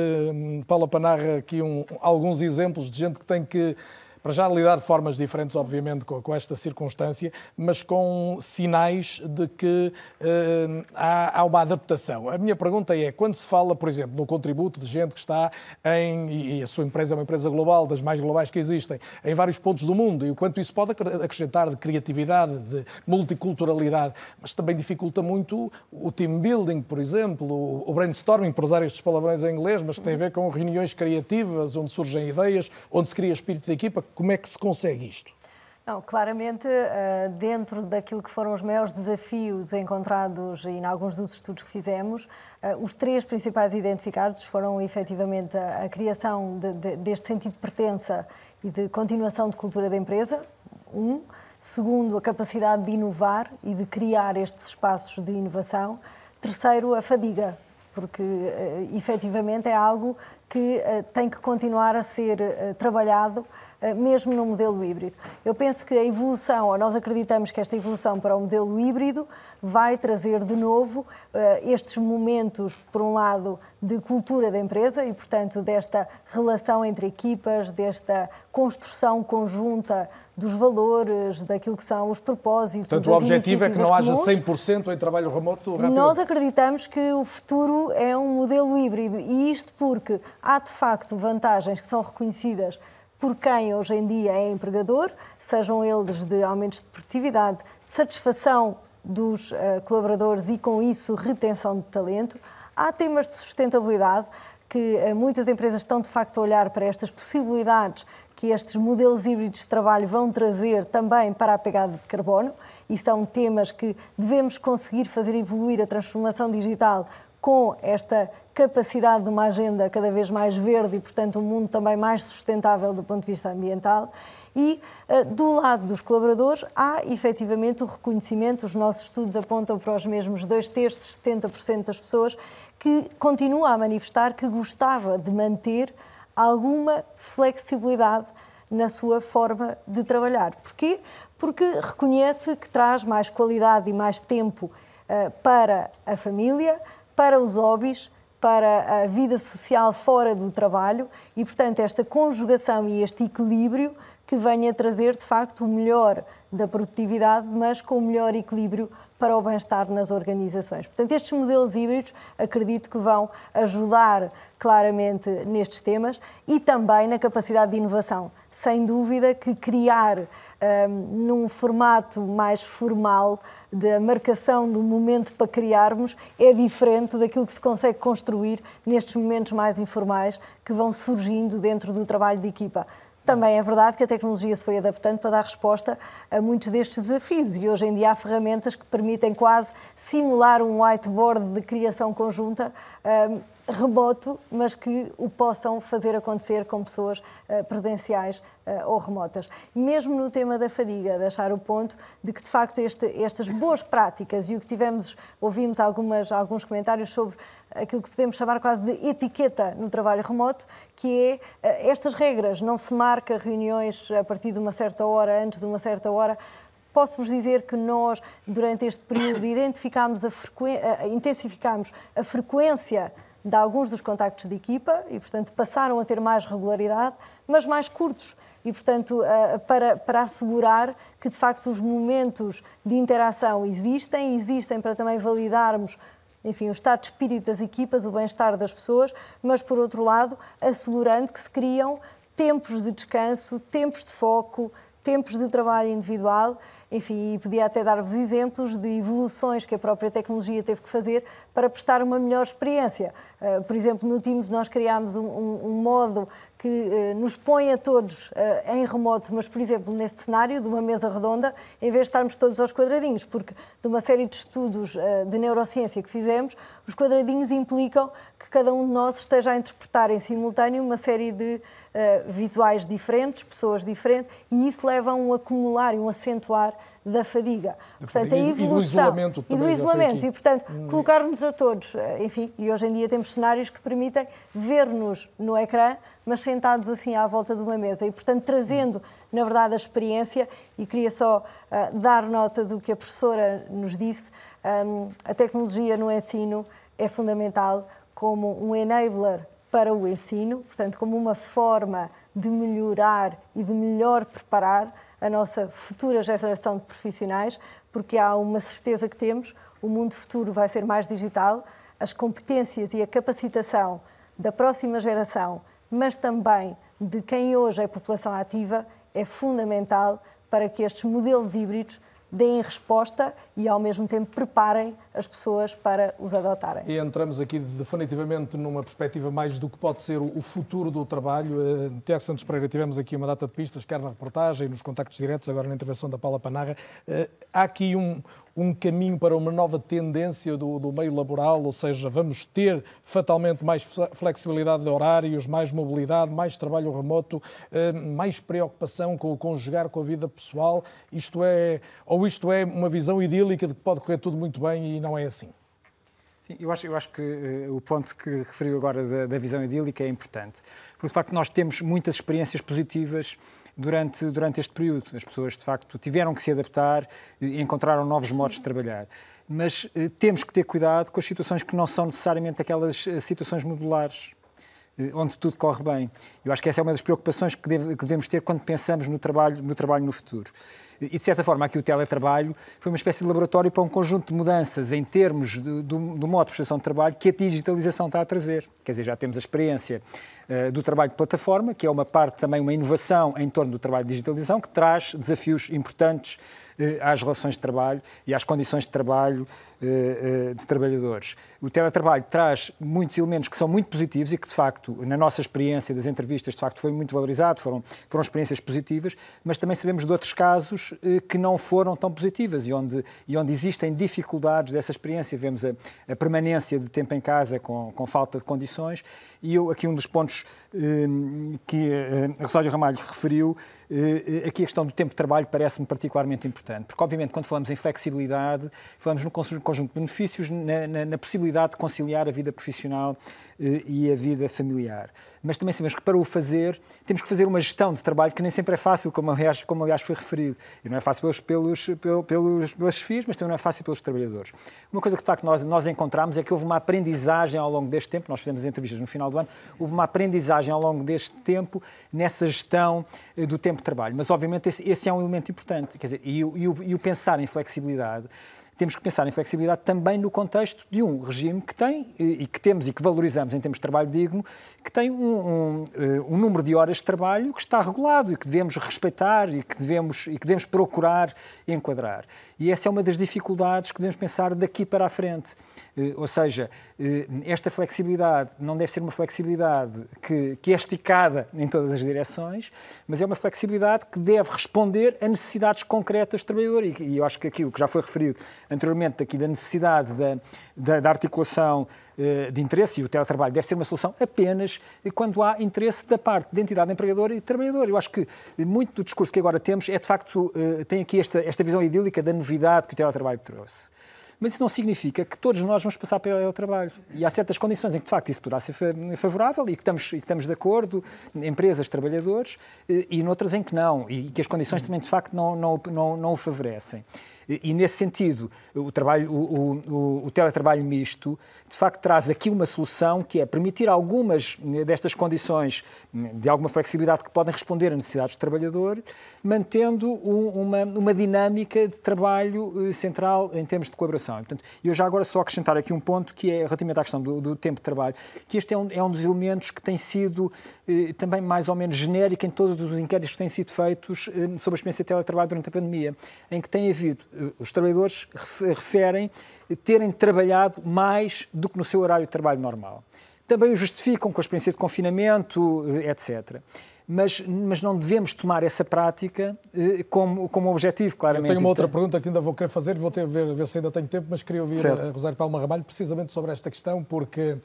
uh, Paula Panarra, aqui um, alguns exemplos de gente que tem que para já lidar de formas diferentes, obviamente, com, com esta circunstância, mas com sinais de que uh, há, há uma adaptação. A minha pergunta é, quando se fala, por exemplo, no contributo de gente que está em, e a sua empresa é uma empresa global, das mais globais que existem, em vários pontos do mundo, e o quanto isso pode acrescentar de criatividade, de multiculturalidade, mas também dificulta muito o team building, por exemplo, o brainstorming, por usar estes palavrões em inglês, mas que tem a ver com reuniões criativas, onde surgem ideias, onde se cria espírito de equipa. Como é que se consegue isto? Não, claramente, dentro daquilo que foram os maiores desafios encontrados em alguns dos estudos que fizemos, os três principais identificados foram efetivamente a criação de, de, deste sentido de pertença e de continuação de cultura da empresa, um. Segundo, a capacidade de inovar e de criar estes espaços de inovação. Terceiro, a fadiga, porque efetivamente é algo que tem que continuar a ser trabalhado mesmo no modelo híbrido. Eu penso que a evolução, ou nós acreditamos que esta evolução para o modelo híbrido vai trazer de novo uh, estes momentos, por um lado, de cultura da empresa e, portanto, desta relação entre equipas, desta construção conjunta dos valores, daquilo que são os propósitos. Portanto, o objetivo é que não haja cem por cento em trabalho remoto rapidamente. Nós acreditamos que o futuro é um modelo híbrido e isto porque há, de facto, vantagens que são reconhecidas por quem hoje em dia é empregador, sejam eles de aumentos de produtividade, de satisfação dos uh, colaboradores e, com isso, retenção de talento. Há temas de sustentabilidade que uh, muitas empresas estão, de facto, a olhar para estas possibilidades que estes modelos híbridos de trabalho vão trazer também para a pegada de carbono, e são temas que devemos conseguir fazer evoluir a transformação digital com esta capacidade de uma agenda cada vez mais verde e, portanto, um mundo também mais sustentável do ponto de vista ambiental. E, do lado dos colaboradores, há efetivamente o reconhecimento, os nossos estudos apontam para os mesmos dois terços, setenta por cento das pessoas, que continua a manifestar que gostava de manter alguma flexibilidade na sua forma de trabalhar. Porquê? Porque reconhece que traz mais qualidade e mais tempo uh, para a família, para os hobbies, para a vida social fora do trabalho e, portanto, esta conjugação e este equilíbrio que venha trazer, de facto, o melhor da produtividade, mas com o melhor equilíbrio para o bem-estar nas organizações. Portanto, estes modelos híbridos acredito que vão ajudar claramente nestes temas e também na capacidade de inovação. Sem dúvida que criar um, num formato mais formal da marcação do momento para criarmos é diferente daquilo que se consegue construir nestes momentos mais informais que vão surgindo dentro do trabalho de equipa. Também é verdade que a tecnologia se foi adaptando para dar resposta a muitos destes desafios e hoje em dia há ferramentas que permitem quase simular um whiteboard de criação conjunta um, remoto, mas que o possam fazer acontecer com pessoas uh, presenciais uh, ou remotas. Mesmo no tema da fadiga, deixar o ponto de que, de facto, este, estas boas práticas e o que tivemos, ouvimos algumas, alguns comentários sobre aquilo que podemos chamar quase de etiqueta no trabalho remoto, que é estas regras, não se marca reuniões a partir de uma certa hora, antes de uma certa hora. Posso-vos dizer que nós, durante este período, identificámos a frequ... intensificámos a frequência de alguns dos contactos de equipa e, portanto, passaram a ter mais regularidade, mas mais curtos. E, portanto, para, para assegurar que, de facto, os momentos de interação existem, existem para também validarmos, enfim, o estado de espírito das equipas, o bem-estar das pessoas, mas, por outro lado, assegurando que se criam tempos de descanso, tempos de foco, tempos de trabalho individual. Enfim, e podia até dar-vos exemplos de evoluções que a própria tecnologia teve que fazer para prestar uma melhor experiência. Uh, por exemplo, no Teams nós criámos um, um, um modo que uh, nos põe a todos uh, em remoto, mas, por exemplo, neste cenário de uma mesa redonda, em vez de estarmos todos aos quadradinhos, porque de uma série de estudos uh, de neurociência que fizemos, os quadradinhos implicam que cada um de nós esteja a interpretar em simultâneo uma série de Uh, visuais diferentes, pessoas diferentes, e isso leva a um acumular e um acentuar da fadiga. Da portanto, fadiga a evolução e do isolamento. E do isolamento. E, portanto, hum. colocar-nos a todos, enfim, e hoje em dia temos cenários que permitem ver-nos no ecrã, mas sentados assim à volta de uma mesa. E, portanto, trazendo, na verdade, a experiência, e queria só uh, dar nota do que a professora nos disse, um, a tecnologia no ensino é fundamental como um enabler para o ensino, portanto, como uma forma de melhorar e de melhor preparar a nossa futura geração de profissionais, porque há uma certeza que temos, o mundo futuro vai ser mais digital, as competências e a capacitação da próxima geração, mas também de quem hoje é população ativa, é fundamental para que estes modelos híbridos deem resposta e, ao mesmo tempo, preparem as pessoas para os adotarem. E entramos aqui definitivamente numa perspectiva mais do que pode ser o futuro do trabalho. Uh, Tiago Santos Pereira, tivemos aqui uma data de pistas, quer na reportagem, nos contactos diretos, agora na intervenção da Paula Panarra. Uh, há aqui um, um caminho para uma nova tendência do, do meio laboral, ou seja, vamos ter fatalmente mais flexibilidade de horários, mais mobilidade, mais trabalho remoto, uh, mais preocupação com o conjugar com a vida pessoal. Isto é, ou isto é uma visão idílica de que pode correr tudo muito bem e não é assim? Sim, eu acho, eu acho que uh, o ponto que referiu agora da, da visão idílica é importante. Porque, de facto, nós temos muitas experiências positivas durante, durante este período. As pessoas, de facto, tiveram que se adaptar e encontraram novos modos de trabalhar. Mas uh, temos que ter cuidado com as situações que não são necessariamente aquelas uh, situações modulares, uh, onde tudo corre bem. Eu acho que essa é uma das preocupações que, deve, que devemos ter quando pensamos no trabalho, no trabalho no futuro. E, de certa forma, aqui o teletrabalho foi uma espécie de laboratório para um conjunto de mudanças em termos de, do, do modo de prestação de trabalho que a digitalização está a trazer. Quer dizer, já temos a experiência uh, do trabalho de plataforma, que é uma parte também, uma inovação em torno do trabalho de digitalização, que traz desafios importantes uh, às relações de trabalho e às condições de trabalho uh, uh, de trabalhadores. O teletrabalho traz muitos elementos que são muito positivos e que, de facto, na nossa experiência das entrevistas, de facto, foi muito valorizado, foram, foram experiências positivas, mas também sabemos de outros casos uh, que não foram tão positivas e onde, e onde existem dificuldades dessa experiência. Vemos a, a permanência de tempo em casa com, com falta de condições e eu, aqui um dos pontos uh, que uh, Rosário Ramalho referiu, uh, aqui a questão do tempo de trabalho parece-me particularmente importante, porque obviamente quando falamos em flexibilidade, falamos num conjunto de benefícios na, na, na possibilidade de conciliar a vida profissional uh, e a vida familiar. Mas também sabemos que para o fazer temos que fazer uma gestão de trabalho que nem sempre é fácil, como aliás, como, aliás foi referido. E não é fácil pelos, pelos, pelos, pelos, pelas chefias, mas também não é fácil pelos trabalhadores. Uma coisa que de facto nós, nós encontramos é que houve uma aprendizagem ao longo deste tempo, nós fizemos as entrevistas no final do ano, houve uma aprendizagem ao longo deste tempo nessa gestão uh, do tempo de trabalho. Mas obviamente esse, esse é um elemento importante. Quer dizer, e, e, e, o, e o pensar em flexibilidade, temos que pensar em flexibilidade também no contexto de um regime que tem, e que temos e que valorizamos em termos de trabalho digno, que tem um, um, um número de horas de trabalho que está regulado e que devemos respeitar e que devemos, e que devemos procurar enquadrar. E essa é uma das dificuldades que devemos pensar daqui para a frente. Ou seja, esta flexibilidade não deve ser uma flexibilidade que, que é esticada em todas as direções, mas é uma flexibilidade que deve responder a necessidades concretas do trabalhador. E eu acho que aquilo que já foi referido anteriormente aqui da necessidade da, da, da articulação uh, de interesse, e o teletrabalho deve ser uma solução apenas quando há interesse da parte da entidade empregadora e trabalhador. Eu acho que muito do discurso que agora temos é, de facto, uh, tem aqui esta, esta visão idílica da novidade que o teletrabalho trouxe. Mas isso não significa que todos nós vamos passar pelo trabalho. E há certas condições em que, de facto, isso poderá ser favorável e que estamos, e que estamos de acordo, empresas, trabalhadores, e noutras em que não, e que as condições também, de facto, não, não, não, não o favorecem. E, nesse sentido, o, trabalho, o, o, o teletrabalho misto, de facto, traz aqui uma solução que é permitir algumas destas condições de alguma flexibilidade que podem responder a necessidades do trabalhador, mantendo um, uma, uma dinâmica de trabalho central em termos de colaboração. E, portanto, eu já agora só acrescentar aqui um ponto que é relativamente à questão do, do tempo de trabalho, que este é um, é um dos elementos que tem sido eh, também mais ou menos genérico em todos os inquéritos que têm sido feitos eh, sobre a experiência de teletrabalho durante a pandemia, em que tem havido os trabalhadores referem terem trabalhado mais do que no seu horário de trabalho normal. Também o justificam com a experiência de confinamento, etcétera. Mas, mas não devemos tomar essa prática como, como objetivo, claramente. Eu tenho uma outra pergunta que ainda vou querer fazer, vou ter, ver, ver se ainda tenho tempo, mas queria ouvir certo. a Rosário Palma Ramalho precisamente sobre esta questão, porque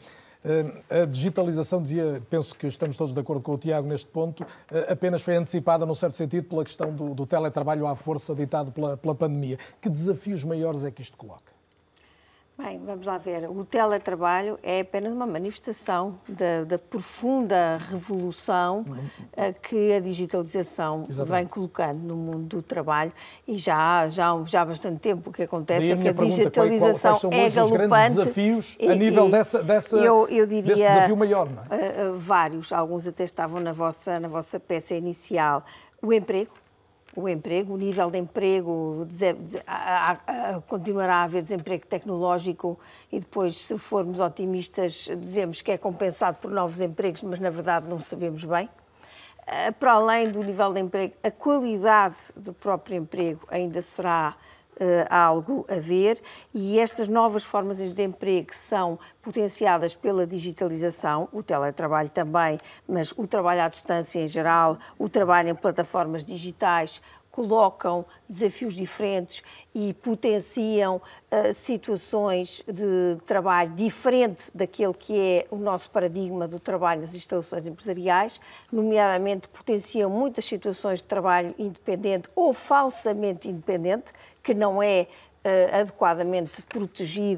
a digitalização, dizia, penso que estamos todos de acordo com o Tiago neste ponto, apenas foi antecipada, num certo sentido, pela questão do, do teletrabalho à força ditado pela, pela pandemia. Que desafios maiores é que isto coloca? Bem, vamos lá ver. O teletrabalho é apenas uma manifestação da, da profunda revolução uhum. que a digitalização Exatamente. vem colocando no mundo do trabalho e já, já, já há bastante tempo o que acontece Daí é que a digitalização qual, qual, quais são é galopante. Os grandes desafios a nível e, dessa, dessa, eu, eu diria, desse desafio maior, não é? Uh, uh, vários, alguns até estavam na vossa, na vossa peça inicial. O emprego. O emprego, o nível de emprego, a, a, a, continuará a haver desemprego tecnológico e depois, se formos otimistas, dizemos que é compensado por novos empregos, mas na verdade não sabemos bem. Para além do nível de emprego, a qualidade do próprio emprego ainda será uh, algo a ver e estas novas formas de emprego são potenciadas pela digitalização, o teletrabalho também, mas o trabalho à distância em geral, o trabalho em plataformas digitais, colocam desafios diferentes e potenciam uh, situações de trabalho diferente daquele que é o nosso paradigma do trabalho nas instalações empresariais, nomeadamente potenciam muitas situações de trabalho independente ou falsamente independente, que não é uh, adequadamente protegido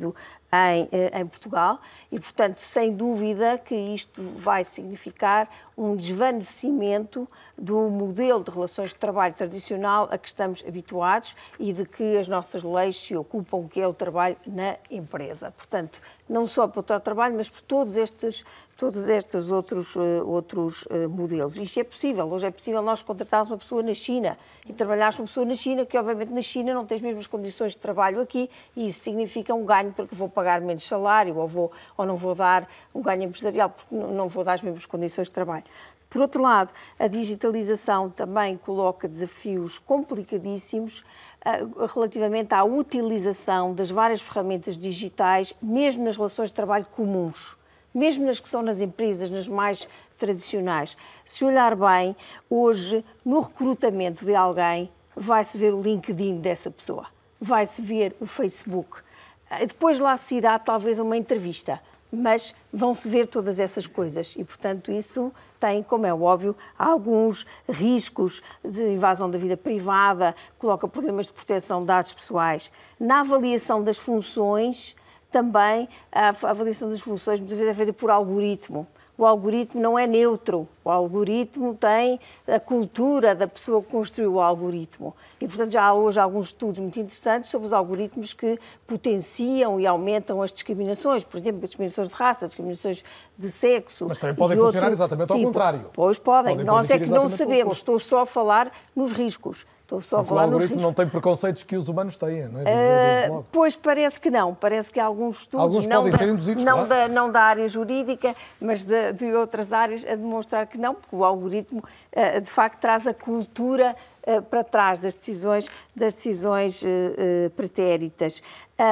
em, em Portugal e, portanto, sem dúvida que isto vai significar um desvanecimento do modelo de relações de trabalho tradicional a que estamos habituados e de que as nossas leis se ocupam, que é o trabalho na empresa. Portanto, não só para o teletrabalho, mas por todos estes, todos estes outros, uh, outros uh, modelos. Isto é possível. Hoje é possível nós contratarmos uma pessoa na China e trabalharmos com uma pessoa na China, que obviamente na China não tem as mesmas condições de trabalho aqui, e isso significa um ganho porque vou pagar menos salário ou, vou, ou não vou dar um ganho empresarial porque não vou dar as mesmas condições de trabalho. Por outro lado, a digitalização também coloca desafios complicadíssimos uh, relativamente à utilização das várias ferramentas digitais, mesmo nas relações de trabalho comuns, mesmo nas que são nas empresas, nas mais tradicionais. Se olhar bem, hoje, no recrutamento de alguém, vai-se ver o LinkedIn dessa pessoa, vai-se ver o Facebook. Uh, depois lá se irá talvez uma entrevista, mas vão-se ver todas essas coisas e, portanto, isso tem, como é óbvio, alguns riscos de invasão da vida privada, coloca problemas de proteção de dados pessoais. Na avaliação das funções, também a avaliação das funções muitas vezes é feita por algoritmo. O algoritmo não é neutro, o algoritmo tem a cultura da pessoa que construiu o algoritmo. E, portanto, já há hoje alguns estudos muito interessantes sobre os algoritmos que potenciam e aumentam as discriminações, por exemplo, as discriminações de raça, as discriminações de sexo. Mas também podem funcionar exatamente ao tipo. contrário. Pois podem, podem nós é que não sabemos, estou só a falar nos riscos. Só o algoritmo não tem preconceitos que os humanos têm, não é? Uh, pois parece que não, parece que há alguns estudos, alguns não, podem da, ser induzidos, não, claro. da, não da área jurídica, mas de, de outras áreas, a demonstrar que não, porque o algoritmo uh, de facto traz a cultura uh, para trás das decisões, das decisões uh, uh, pretéritas. Uh,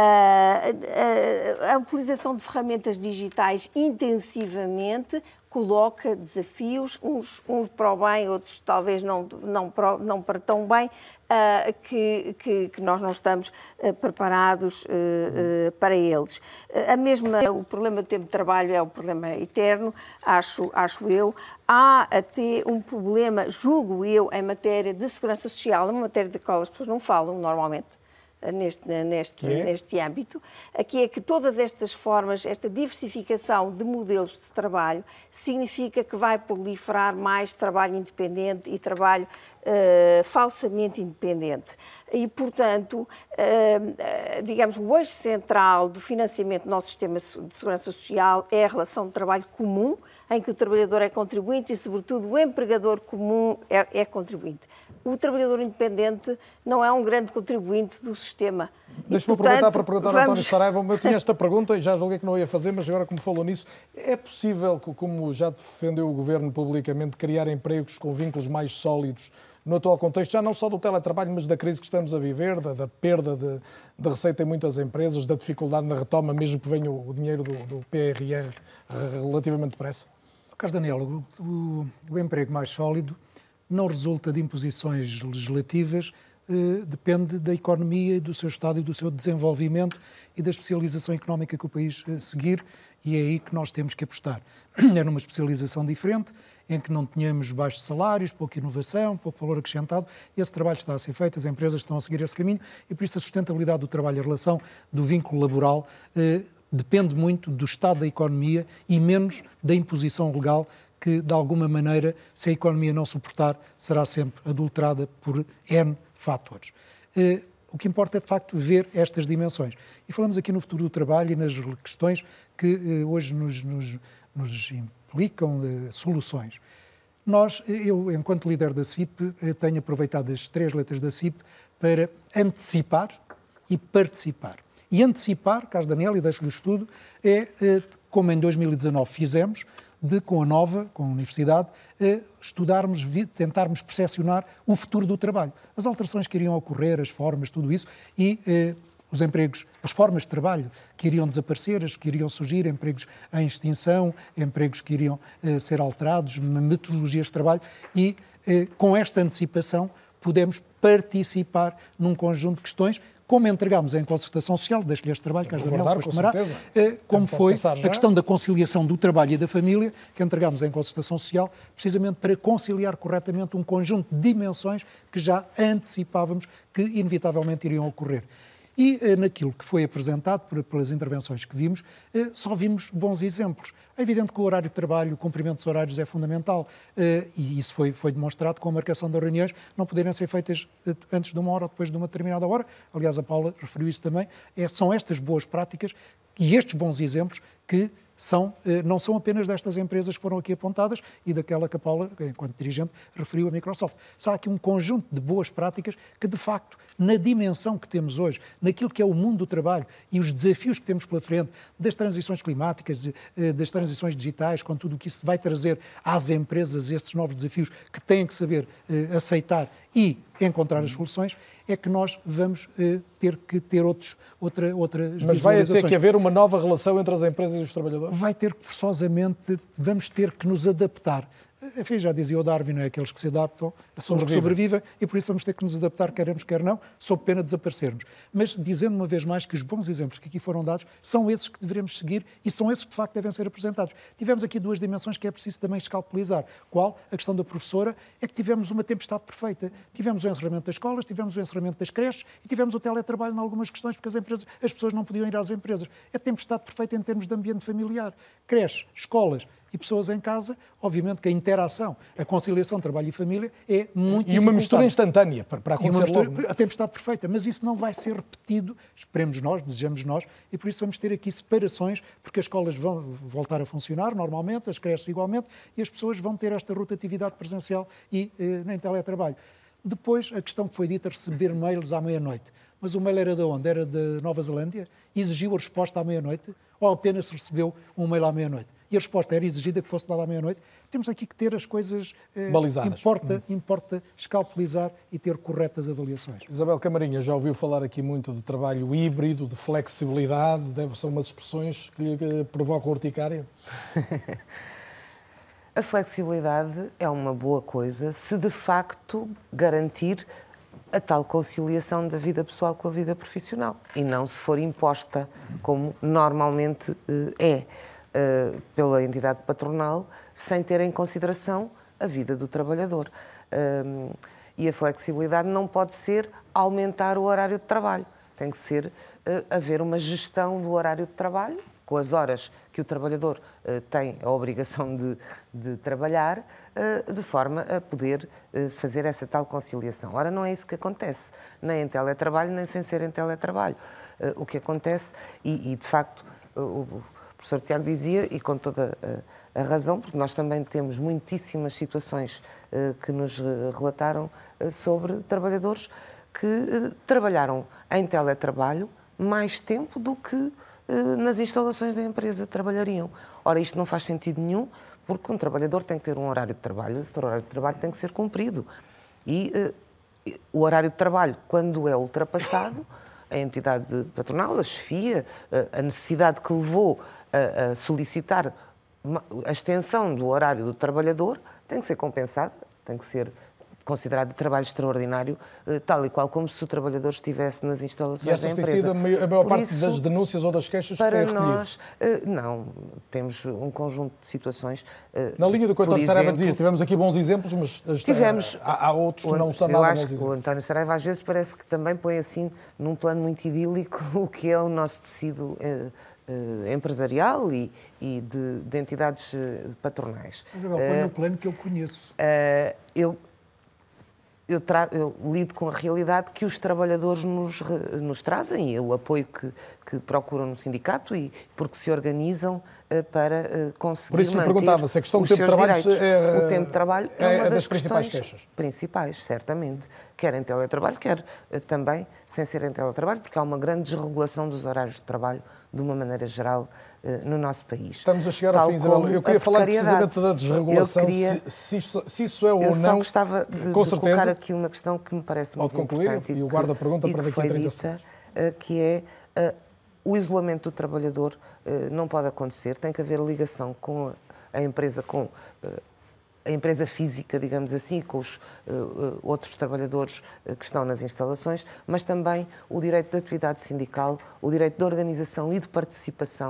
uh, a utilização de ferramentas digitais intensivamente coloca desafios, uns, uns para o bem, outros talvez não, não, para, não para tão bem, uh, que, que, que nós não estamos uh, preparados uh, uh, para eles. Uh, a mesma, o problema do tempo de trabalho é um problema eterno, acho, acho eu. Há até um problema, julgo eu, em matéria de segurança social, uma matéria da qual as pessoas não falam normalmente. Neste, neste, é? neste âmbito, aqui é que todas estas formas, esta diversificação de modelos de trabalho significa que vai proliferar mais trabalho independente e trabalho uh, falsamente independente. E, portanto, uh, digamos, o eixo central do financiamento do nosso sistema de segurança social é a relação de trabalho comum, em que o trabalhador é contribuinte e, sobretudo, o empregador comum é, é contribuinte. O trabalhador independente não é um grande contribuinte do sistema. Deixa-me aproveitar para perguntar vamos... ao António Saraiva. Eu tinha esta pergunta e já julguei que não ia fazer, mas agora como falou nisso, é possível, como já defendeu o Governo publicamente, criar empregos com vínculos mais sólidos no atual contexto, já não só do teletrabalho, mas da crise que estamos a viver, da, da perda de, de receita em muitas empresas, da dificuldade na retoma, mesmo que venha o, o dinheiro do, do P R R relativamente depressa? Carlos Daniel, o, o, o emprego mais sólido não resulta de imposições legislativas, eh, depende da economia e do seu estado e do seu desenvolvimento e da especialização económica que o país eh, seguir, e é aí que nós temos que apostar. É numa especialização diferente, em que não tenhamos baixos salários, pouca inovação, pouco valor acrescentado. Esse trabalho está a ser feito, as empresas estão a seguir esse caminho, e por isso a sustentabilidade do trabalho, a relação do vínculo laboral, eh, depende muito do estado da economia e menos da imposição legal, que, de alguma maneira, se a economia não suportar, será sempre adulterada por N fatores. Eh, o que importa é, de facto, ver estas dimensões. E falamos aqui no futuro do trabalho e nas questões que eh, hoje nos, nos, nos implicam eh, soluções. Nós, eu, enquanto líder da C I P, eh, tenho aproveitado as três letras da C I P para antecipar e participar. E antecipar, Carlos Daniel, e deixo-lhe o estudo, é, eh, como em dois mil e dezanove fizemos, de, com a Nova, com a Universidade, eh, estudarmos, tentarmos percepcionar o futuro do trabalho. As alterações que iriam ocorrer, as formas, tudo isso, e eh, os empregos, as formas de trabalho que iriam desaparecer, as que iriam surgir, empregos em extinção, empregos que iriam eh, ser alterados, metodologias de trabalho, e eh, com esta antecipação podemos participar num conjunto de questões, como entregámos em concertação social, deixo-lhe este trabalho, Carlos Daniel, depois tomará, como foi a questão da conciliação do trabalho e da família, que entregámos em concertação social, precisamente para conciliar corretamente um conjunto de dimensões que já antecipávamos que inevitavelmente iriam ocorrer. E naquilo que foi apresentado pelas intervenções que vimos, só vimos bons exemplos. É evidente que o horário de trabalho, o cumprimento dos horários é fundamental, e isso foi, foi demonstrado com a marcação das reuniões não poderem ser feitas antes de uma hora ou depois de uma determinada hora. Aliás, a Paula referiu isso também. É, são estas boas práticas e estes bons exemplos que são, não são apenas destas empresas que foram aqui apontadas e daquela que a Paula, enquanto dirigente, referiu a Microsoft. Há aqui um conjunto de boas práticas que, de facto, na dimensão que temos hoje, naquilo que é o mundo do trabalho e os desafios que temos pela frente, das transições climáticas, das transições digitais, com tudo o que isso vai trazer às empresas, esses novos desafios que têm que saber aceitar e encontrar as soluções, é que nós vamos eh, ter que ter outros, outra, outras Mas vai ter que haver uma nova relação entre as empresas e os trabalhadores? Vai ter que, forçosamente, vamos ter que nos adaptar. Enfim, já dizia o Darwin, não é? Aqueles que se adaptam são os que sobrevivem e por isso vamos ter que nos adaptar, queremos, quer não, sob pena de desaparecermos. Mas dizendo uma vez mais que os bons exemplos que aqui foram dados são esses que devemos seguir e são esses que de facto devem ser apresentados. Tivemos aqui duas dimensões que é preciso também escalpelizar. Qual? A questão da professora é que tivemos uma tempestade perfeita. Tivemos o encerramento das escolas, tivemos o encerramento das creches e tivemos o teletrabalho em algumas questões porque as, empresas, as pessoas não podiam ir às empresas. É tempestade perfeita em termos de ambiente familiar. Creches, escolas e pessoas em casa, obviamente que a interação, a conciliação de trabalho e família é muito E uma mistura instantânea para, para acontecer mistura, logo. A tempestade perfeita, mas isso não vai ser repetido, esperemos nós, desejamos nós, e por isso vamos ter aqui separações, porque as escolas vão voltar a funcionar normalmente, as creches igualmente, e as pessoas vão ter esta rotatividade presencial e eh, nem teletrabalho. Depois, a questão que foi dita, receber mails à meia-noite. Mas o mail era de onde? Era de Nova Zelândia? Exigiu a resposta à meia-noite? Ou apenas se recebeu um mail à meia-noite? E a resposta era exigida que fosse dada à meia-noite? Temos aqui que ter as coisas... Eh, balizadas. Importa, hum. importa escalpelizar e ter corretas avaliações. Isabel Camarinha, já ouviu falar aqui muito de trabalho híbrido, de flexibilidade, deve ser umas expressões que lhe provocam urticária? A flexibilidade é uma boa coisa se de facto garantir a tal conciliação da vida pessoal com a vida profissional e não se for imposta, como normalmente uh, é, uh, pela entidade patronal, sem ter em consideração a vida do trabalhador. Uh, e a flexibilidade não pode ser aumentar o horário de trabalho, tem que ser uh, haver uma gestão do horário de trabalho, com as horas que o trabalhador uh, tem a obrigação de, de trabalhar, uh, de forma a poder uh, fazer essa tal conciliação. Ora, não é isso que acontece, nem em teletrabalho, nem sem ser em teletrabalho. Uh, o que acontece, e, e de facto, uh, o professor Tiago dizia, e com toda uh, a razão, porque nós também temos muitíssimas situações uh, que nos relataram uh, sobre trabalhadores que uh, trabalharam em teletrabalho mais tempo do que nas instalações da empresa trabalhariam. Ora, isto não faz sentido nenhum, porque um trabalhador tem que ter um horário de trabalho, esse horário de trabalho tem que ser cumprido. E uh, o horário de trabalho, quando é ultrapassado, a entidade patronal, a chefia, uh, a necessidade que levou a, a solicitar a extensão do horário do trabalhador, tem que ser compensada, tem que ser considerado trabalho extraordinário, tal e qual como se o trabalhador estivesse nas instalações da empresa. E essa tem sido a maior parte isso, das denúncias ou das queixas para que é nós, não, temos um conjunto de situações. Na linha do que o António Saraiva dizia, tivemos aqui bons exemplos, mas tivemos, há, há outros que não são eu nada acho bons que exemplos. O António Saraiva às vezes parece que também põe assim, num plano muito idílico, o que é o nosso tecido eh, eh, empresarial e, e de, de entidades patronais. Mas é põe uh, no plano que eu conheço. Uh, eu Eu, tra eu lido com a realidade que os trabalhadores nos, nos trazem e o apoio que, que procuram no sindicato e porque se organizam uh, para uh, conseguir Por isso manter perguntava se a questão do os tempo seus de trabalho direitos. É, o tempo de trabalho é, é uma das, das principais questões queixas. Principais, certamente. Quer em teletrabalho, quer uh, também sem ser em teletrabalho, porque há uma grande desregulação dos horários de trabalho de uma maneira geral uh, no nosso país. Estamos a chegar ao fim, Isabel. Eu queria falar precisamente da desregulação, queria, se, se, isso, se isso é ou eu não. Eu só gostava de, com de certeza, colocar aqui uma questão que me parece muito concluir, importante. E o guarda pergunta para daqui a trinta segundos. Uh, que é uh, o isolamento do trabalhador uh, não pode acontecer, tem que haver ligação com a, a empresa, com uh, a empresa física, digamos assim, com os uh, uh, outros trabalhadores uh, que estão nas instalações, mas também o direito de atividade sindical, o direito de organização e de participação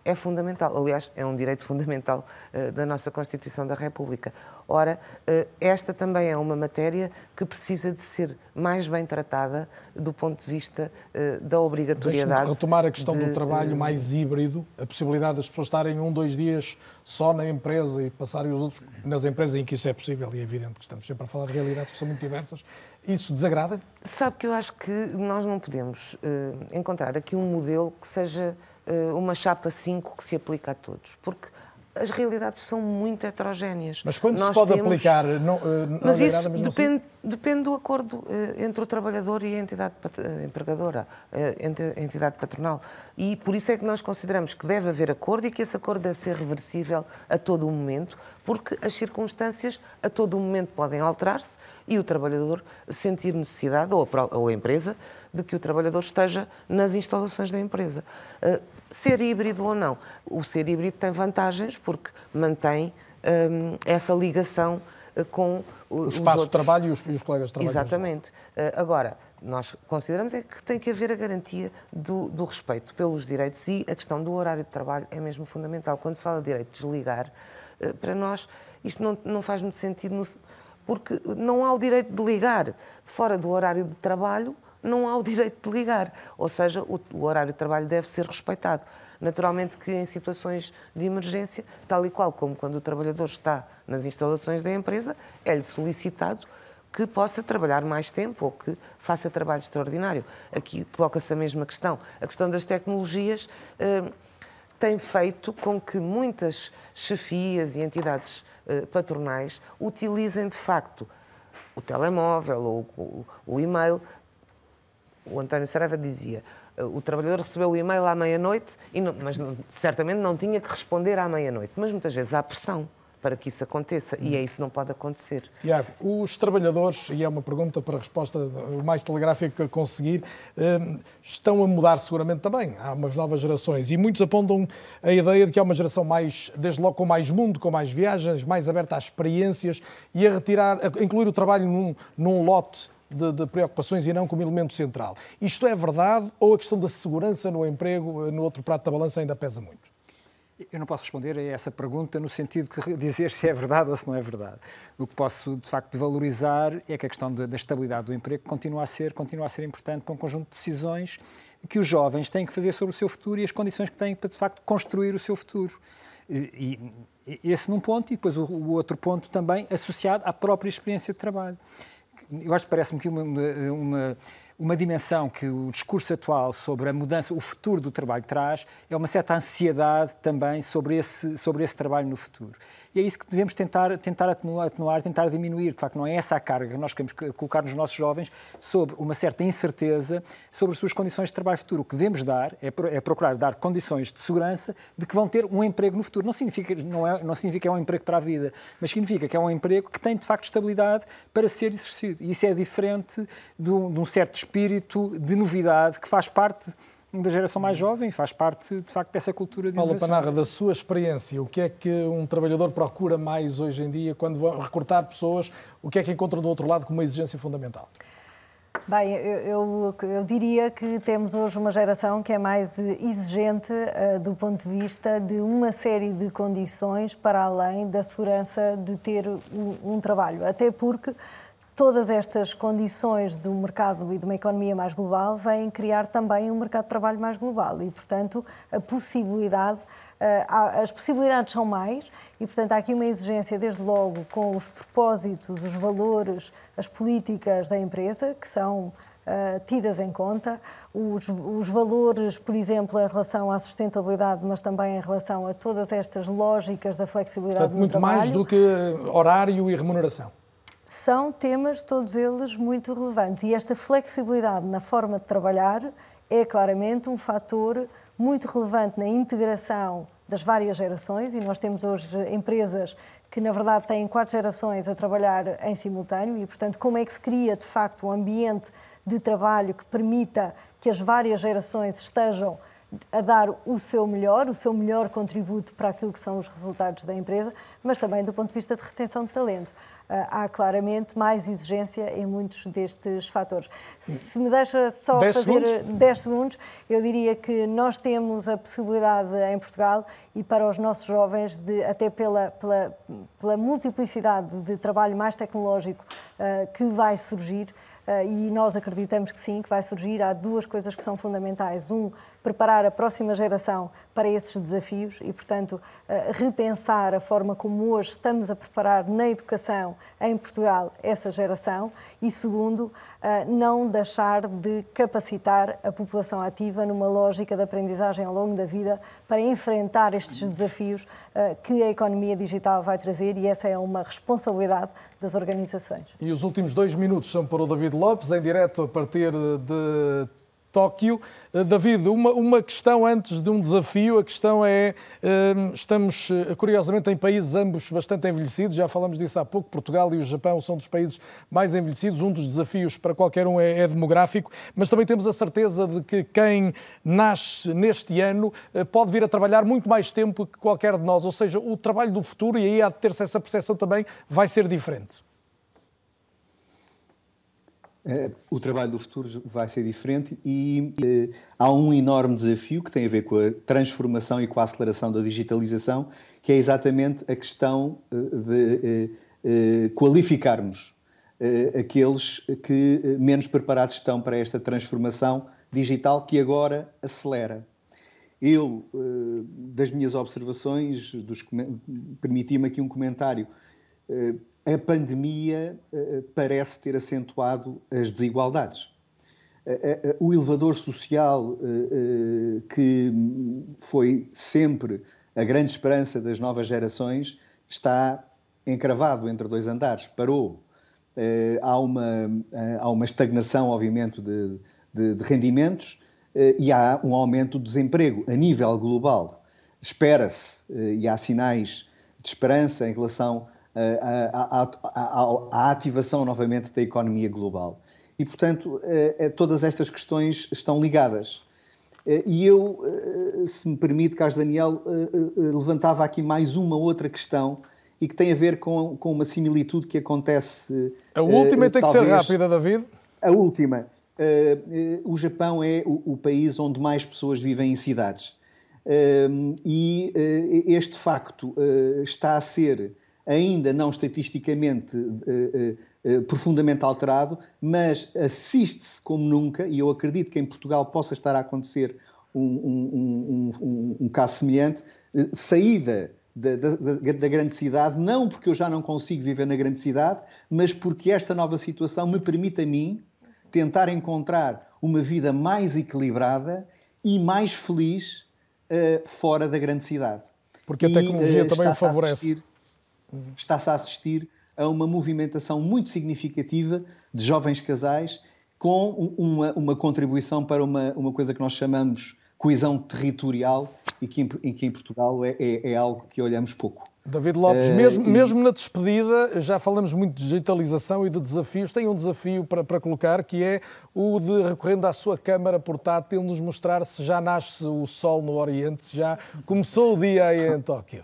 é fundamental. Aliás, é um direito fundamental uh, da nossa Constituição da República. Ora, uh, esta também é uma matéria que precisa de ser mais bem tratada do ponto de vista uh, da obrigatoriedade. Deixa-me retomar a questão de, do trabalho uh, mais híbrido, a possibilidade das pessoas estarem um, dois dias só na empresa e passarem os outros nas empresas em que isso é possível, e é evidente que estamos sempre a falar de realidades que são muito diversas. Isso desagrada? Sabe que eu acho que nós não podemos uh, encontrar aqui um modelo que seja uh, uma chapa cinco que se aplica a todos, porque as realidades são muito heterogéneas. Mas quando nós se pode temos... aplicar, não, uh, não Mas isso assim? depende, depende do acordo uh, entre o trabalhador e a entidade uh, empregadora, uh, a entidade patronal. E por isso é que nós consideramos que deve haver acordo e que esse acordo deve ser reversível a todo o momento, porque as circunstâncias a todo o momento podem alterar-se e o trabalhador sentir necessidade, ou a, ou a empresa, de que o trabalhador esteja nas instalações da empresa. Uh, ser híbrido ou não, o ser híbrido tem vantagens porque mantém um, essa ligação uh, com o os espaço outros. de trabalho e os, e os colegas de trabalho. Exatamente. Uh, agora, nós consideramos é que tem que haver a garantia do, do respeito pelos direitos e a questão do horário de trabalho é mesmo fundamental. Quando se fala de direito de desligar, uh, para nós isto não, não faz muito sentido, no, porque não há o direito de ligar fora do horário de trabalho, não há o direito de ligar, ou seja, o, o horário de trabalho deve ser respeitado. Naturalmente que em situações de emergência, tal e qual como quando o trabalhador está nas instalações da empresa, é-lhe solicitado que possa trabalhar mais tempo ou que faça trabalho extraordinário. Aqui coloca-se a mesma questão. A questão das tecnologias eh, tem feito com que muitas chefias e entidades eh, patronais utilizem de facto o telemóvel ou o, o e-mail. O António Saraiva dizia, o trabalhador recebeu o e-mail à meia-noite, mas não, certamente não tinha que responder à meia-noite. Mas muitas vezes há pressão para que isso aconteça e é isso que não pode acontecer. Tiago, os trabalhadores, e é uma pergunta para a resposta o mais telegráfica a conseguir, estão a mudar seguramente também. Há umas novas gerações e muitos apontam a ideia de que há uma geração mais, desde logo com mais mundo, com mais viagens, mais aberta às experiências e a retirar, a incluir o trabalho num, num lote De, de preocupações e não como elemento central. Isto é verdade ou a questão da segurança no emprego, no outro prato da balança, ainda pesa muito? Eu não posso responder a essa pergunta no sentido de dizer se é verdade ou se não é verdade. O que posso, de facto, valorizar é que a questão da estabilidade do emprego continua a ser, continua a ser importante para um conjunto de decisões que os jovens têm que fazer sobre o seu futuro e as condições que têm para, de facto, construir o seu futuro. E, e esse num ponto, e depois o, o outro ponto também associado à própria experiência de trabalho. Eu acho que parece-me que uma, uma, uma dimensão que o discurso atual sobre a mudança, o futuro do trabalho traz, é uma certa ansiedade também sobre esse, sobre esse trabalho no futuro. E é isso que devemos tentar, tentar atenuar, atenuar, tentar diminuir. De facto, não é essa a carga que nós queremos colocar nos nossos jovens sobre uma certa incerteza sobre as suas condições de trabalho futuro. O que devemos dar é, é procurar dar condições de segurança de que vão ter um emprego no futuro. Não significa, não é, não significa que é um emprego para a vida, mas significa que é um emprego que tem, de facto, estabilidade para ser exercido. E isso é diferente de um, de um certo espírito de novidade que faz parte da geração mais jovem, faz parte, de facto, dessa cultura de Paula inovação. Pannarra, da sua experiência, o que é que um trabalhador procura mais hoje em dia quando vão recrutar pessoas? O que é que encontra do outro lado como uma exigência fundamental? Bem, eu, eu, eu diria que temos hoje uma geração que é mais exigente uh, do ponto de vista de uma série de condições para além da segurança de ter um, um trabalho. Até porque todas estas condições do mercado e de uma economia mais global vêm criar também um mercado de trabalho mais global e, portanto, a possibilidade, as possibilidades são mais e, portanto, há aqui uma exigência, desde logo, com os propósitos, os valores, as políticas da empresa, que são uh, tidas em conta, os, os valores, por exemplo, em relação à sustentabilidade, mas também em relação a todas estas lógicas da flexibilidade Portanto, no trabalho. muito mais do que horário e remuneração. São temas, todos eles, muito relevantes. E esta flexibilidade na forma de trabalhar é claramente um fator muito relevante na integração das várias gerações. E nós temos hoje empresas que, na verdade, têm quatro gerações a trabalhar em simultâneo. E, portanto, como é que se cria, de facto, um ambiente de trabalho que permita que as várias gerações estejam a dar o seu melhor, o seu melhor contributo para aquilo que são os resultados da empresa, mas também do ponto de vista de retenção de talento. Há claramente mais exigência em muitos destes fatores. Se me deixa só dez fazer segundos? dez segundos, eu diria que nós temos a possibilidade em Portugal e para os nossos jovens, de, até pela, pela, pela multiplicidade de trabalho mais tecnológico uh, que vai surgir, uh, e nós acreditamos que sim, que vai surgir, há duas coisas que são fundamentais. Um, preparar a próxima geração para esses desafios e, portanto, repensar a forma como hoje estamos a preparar na educação em Portugal essa geração e, segundo, não deixar de capacitar a população ativa numa lógica de aprendizagem ao longo da vida para enfrentar estes desafios que a economia digital vai trazer, e essa é uma responsabilidade das organizações. E os últimos dois minutos são para o David Lopes, em direto a partir de Tóquio. David, uma, uma questão antes de um desafio. A questão é, estamos curiosamente em países ambos bastante envelhecidos, já falamos disso há pouco, Portugal e o Japão são dos países mais envelhecidos, um dos desafios para qualquer um é, é demográfico, mas também temos a certeza de que quem nasce neste ano pode vir a trabalhar muito mais tempo que qualquer de nós, ou seja, o trabalho do futuro, e aí há de ter-se essa percepção também, vai ser diferente. O trabalho do futuro vai ser diferente e uh, há um enorme desafio que tem a ver com a transformação e com a aceleração da digitalização, que é exatamente a questão uh, de uh, uh, qualificarmos uh, aqueles que uh, menos preparados estão para esta transformação digital que agora acelera. Eu, uh, das minhas observações, dos, permiti-me aqui um comentário. Uh, A pandemia uh, parece ter acentuado as desigualdades. Uh, uh, o elevador social, uh, uh, que foi sempre a grande esperança das novas gerações, está encravado entre dois andares, parou. Uh, há, uma, uh, há uma estagnação, obviamente, de, de, de rendimentos uh, e há um aumento do desemprego a nível global. Espera-se, uh, e há sinais de esperança em relação A, a, a, a ativação novamente da economia global. E, portanto, todas estas questões estão ligadas. E eu, se me permite, Carlos Daniel, levantava aqui mais uma outra questão e que tem a ver com, com uma similitude que acontece... A última uh, tem talvez, que ser rápida, David. A última. Uh, uh, o Japão é o, o país onde mais pessoas vivem em cidades. Uh, e uh, este facto uh, está a ser... ainda não estatisticamente uh, uh, profundamente alterado, mas assiste-se como nunca, e eu acredito que em Portugal possa estar a acontecer um, um, um, um, um caso semelhante, uh, saída da, da, da grande cidade, não porque eu já não consigo viver na grande cidade, mas porque esta nova situação me permite a mim tentar encontrar uma vida mais equilibrada e mais feliz uh, fora da grande cidade. Porque a tecnologia e, uh, também o favorece. Está-se a assistir a uma movimentação muito significativa de jovens casais com uma, uma contribuição para uma, uma coisa que nós chamamos coesão territorial e que em, em que em Portugal é, é, é algo que olhamos pouco. David Lopes, uh, mesmo, e... mesmo na despedida, já falamos muito de digitalização e de desafios, tem um desafio para, para colocar, que é o de, recorrendo à sua câmara portátil, nos mostrar se já nasce o sol no Oriente, se já começou o dia aí em Tóquio.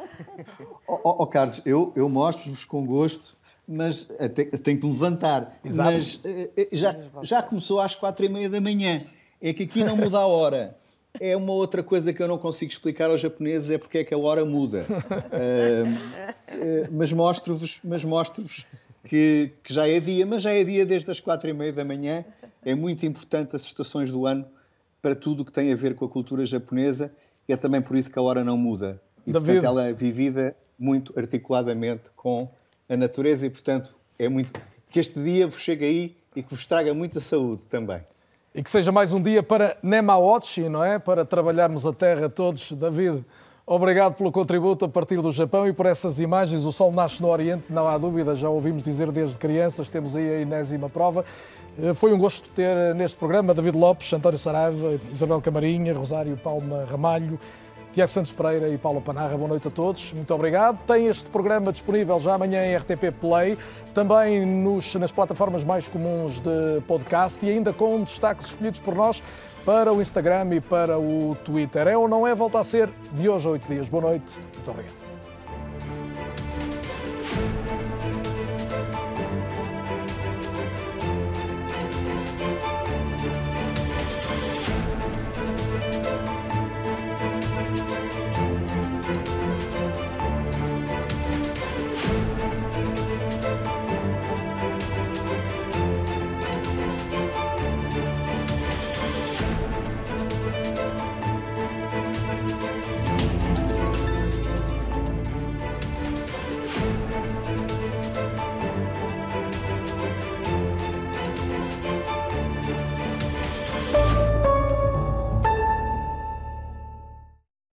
Oh, oh, oh Carlos, eu, eu mostro-vos com gosto, mas tenho que me levantar. Exato. Mas já, já começou às quatro e meia da manhã. É que aqui não muda a hora. É uma outra coisa que eu não consigo explicar aos japoneses, é porque é que a hora muda. uh, uh, mas mostro-vos, mas mostro-vos que, que já é dia, mas já é dia desde as quatro e meia da manhã. É muito importante as estações do ano para tudo o que tem a ver com a cultura japonesa, e é também por isso que a hora não muda. E, David, portanto, ela é vivida muito articuladamente com a natureza e, portanto, é muito... que este dia vos chegue aí e que vos traga muita saúde também. E que seja mais um dia para Nemaochi, não é? Para trabalharmos a terra todos. David, obrigado pelo contributo a partir do Japão e por essas imagens. O sol nasce no Oriente, não há dúvida, já ouvimos dizer desde crianças, temos aí a enésima prova. Foi um gosto ter neste programa David Lopes, António Saraiva, Isabel Camarinha, Rosário Palma Ramalho, Tiago Santos Pereira e Paula Panarra, boa noite a todos. Muito obrigado. Tem este programa disponível já amanhã em R T P Play, também nos, nas plataformas mais comuns de podcast e ainda com destaques escolhidos por nós para o Instagram e para o Twitter. É ou não é? Volta a ser de hoje a oito dias. Boa noite. Muito obrigado.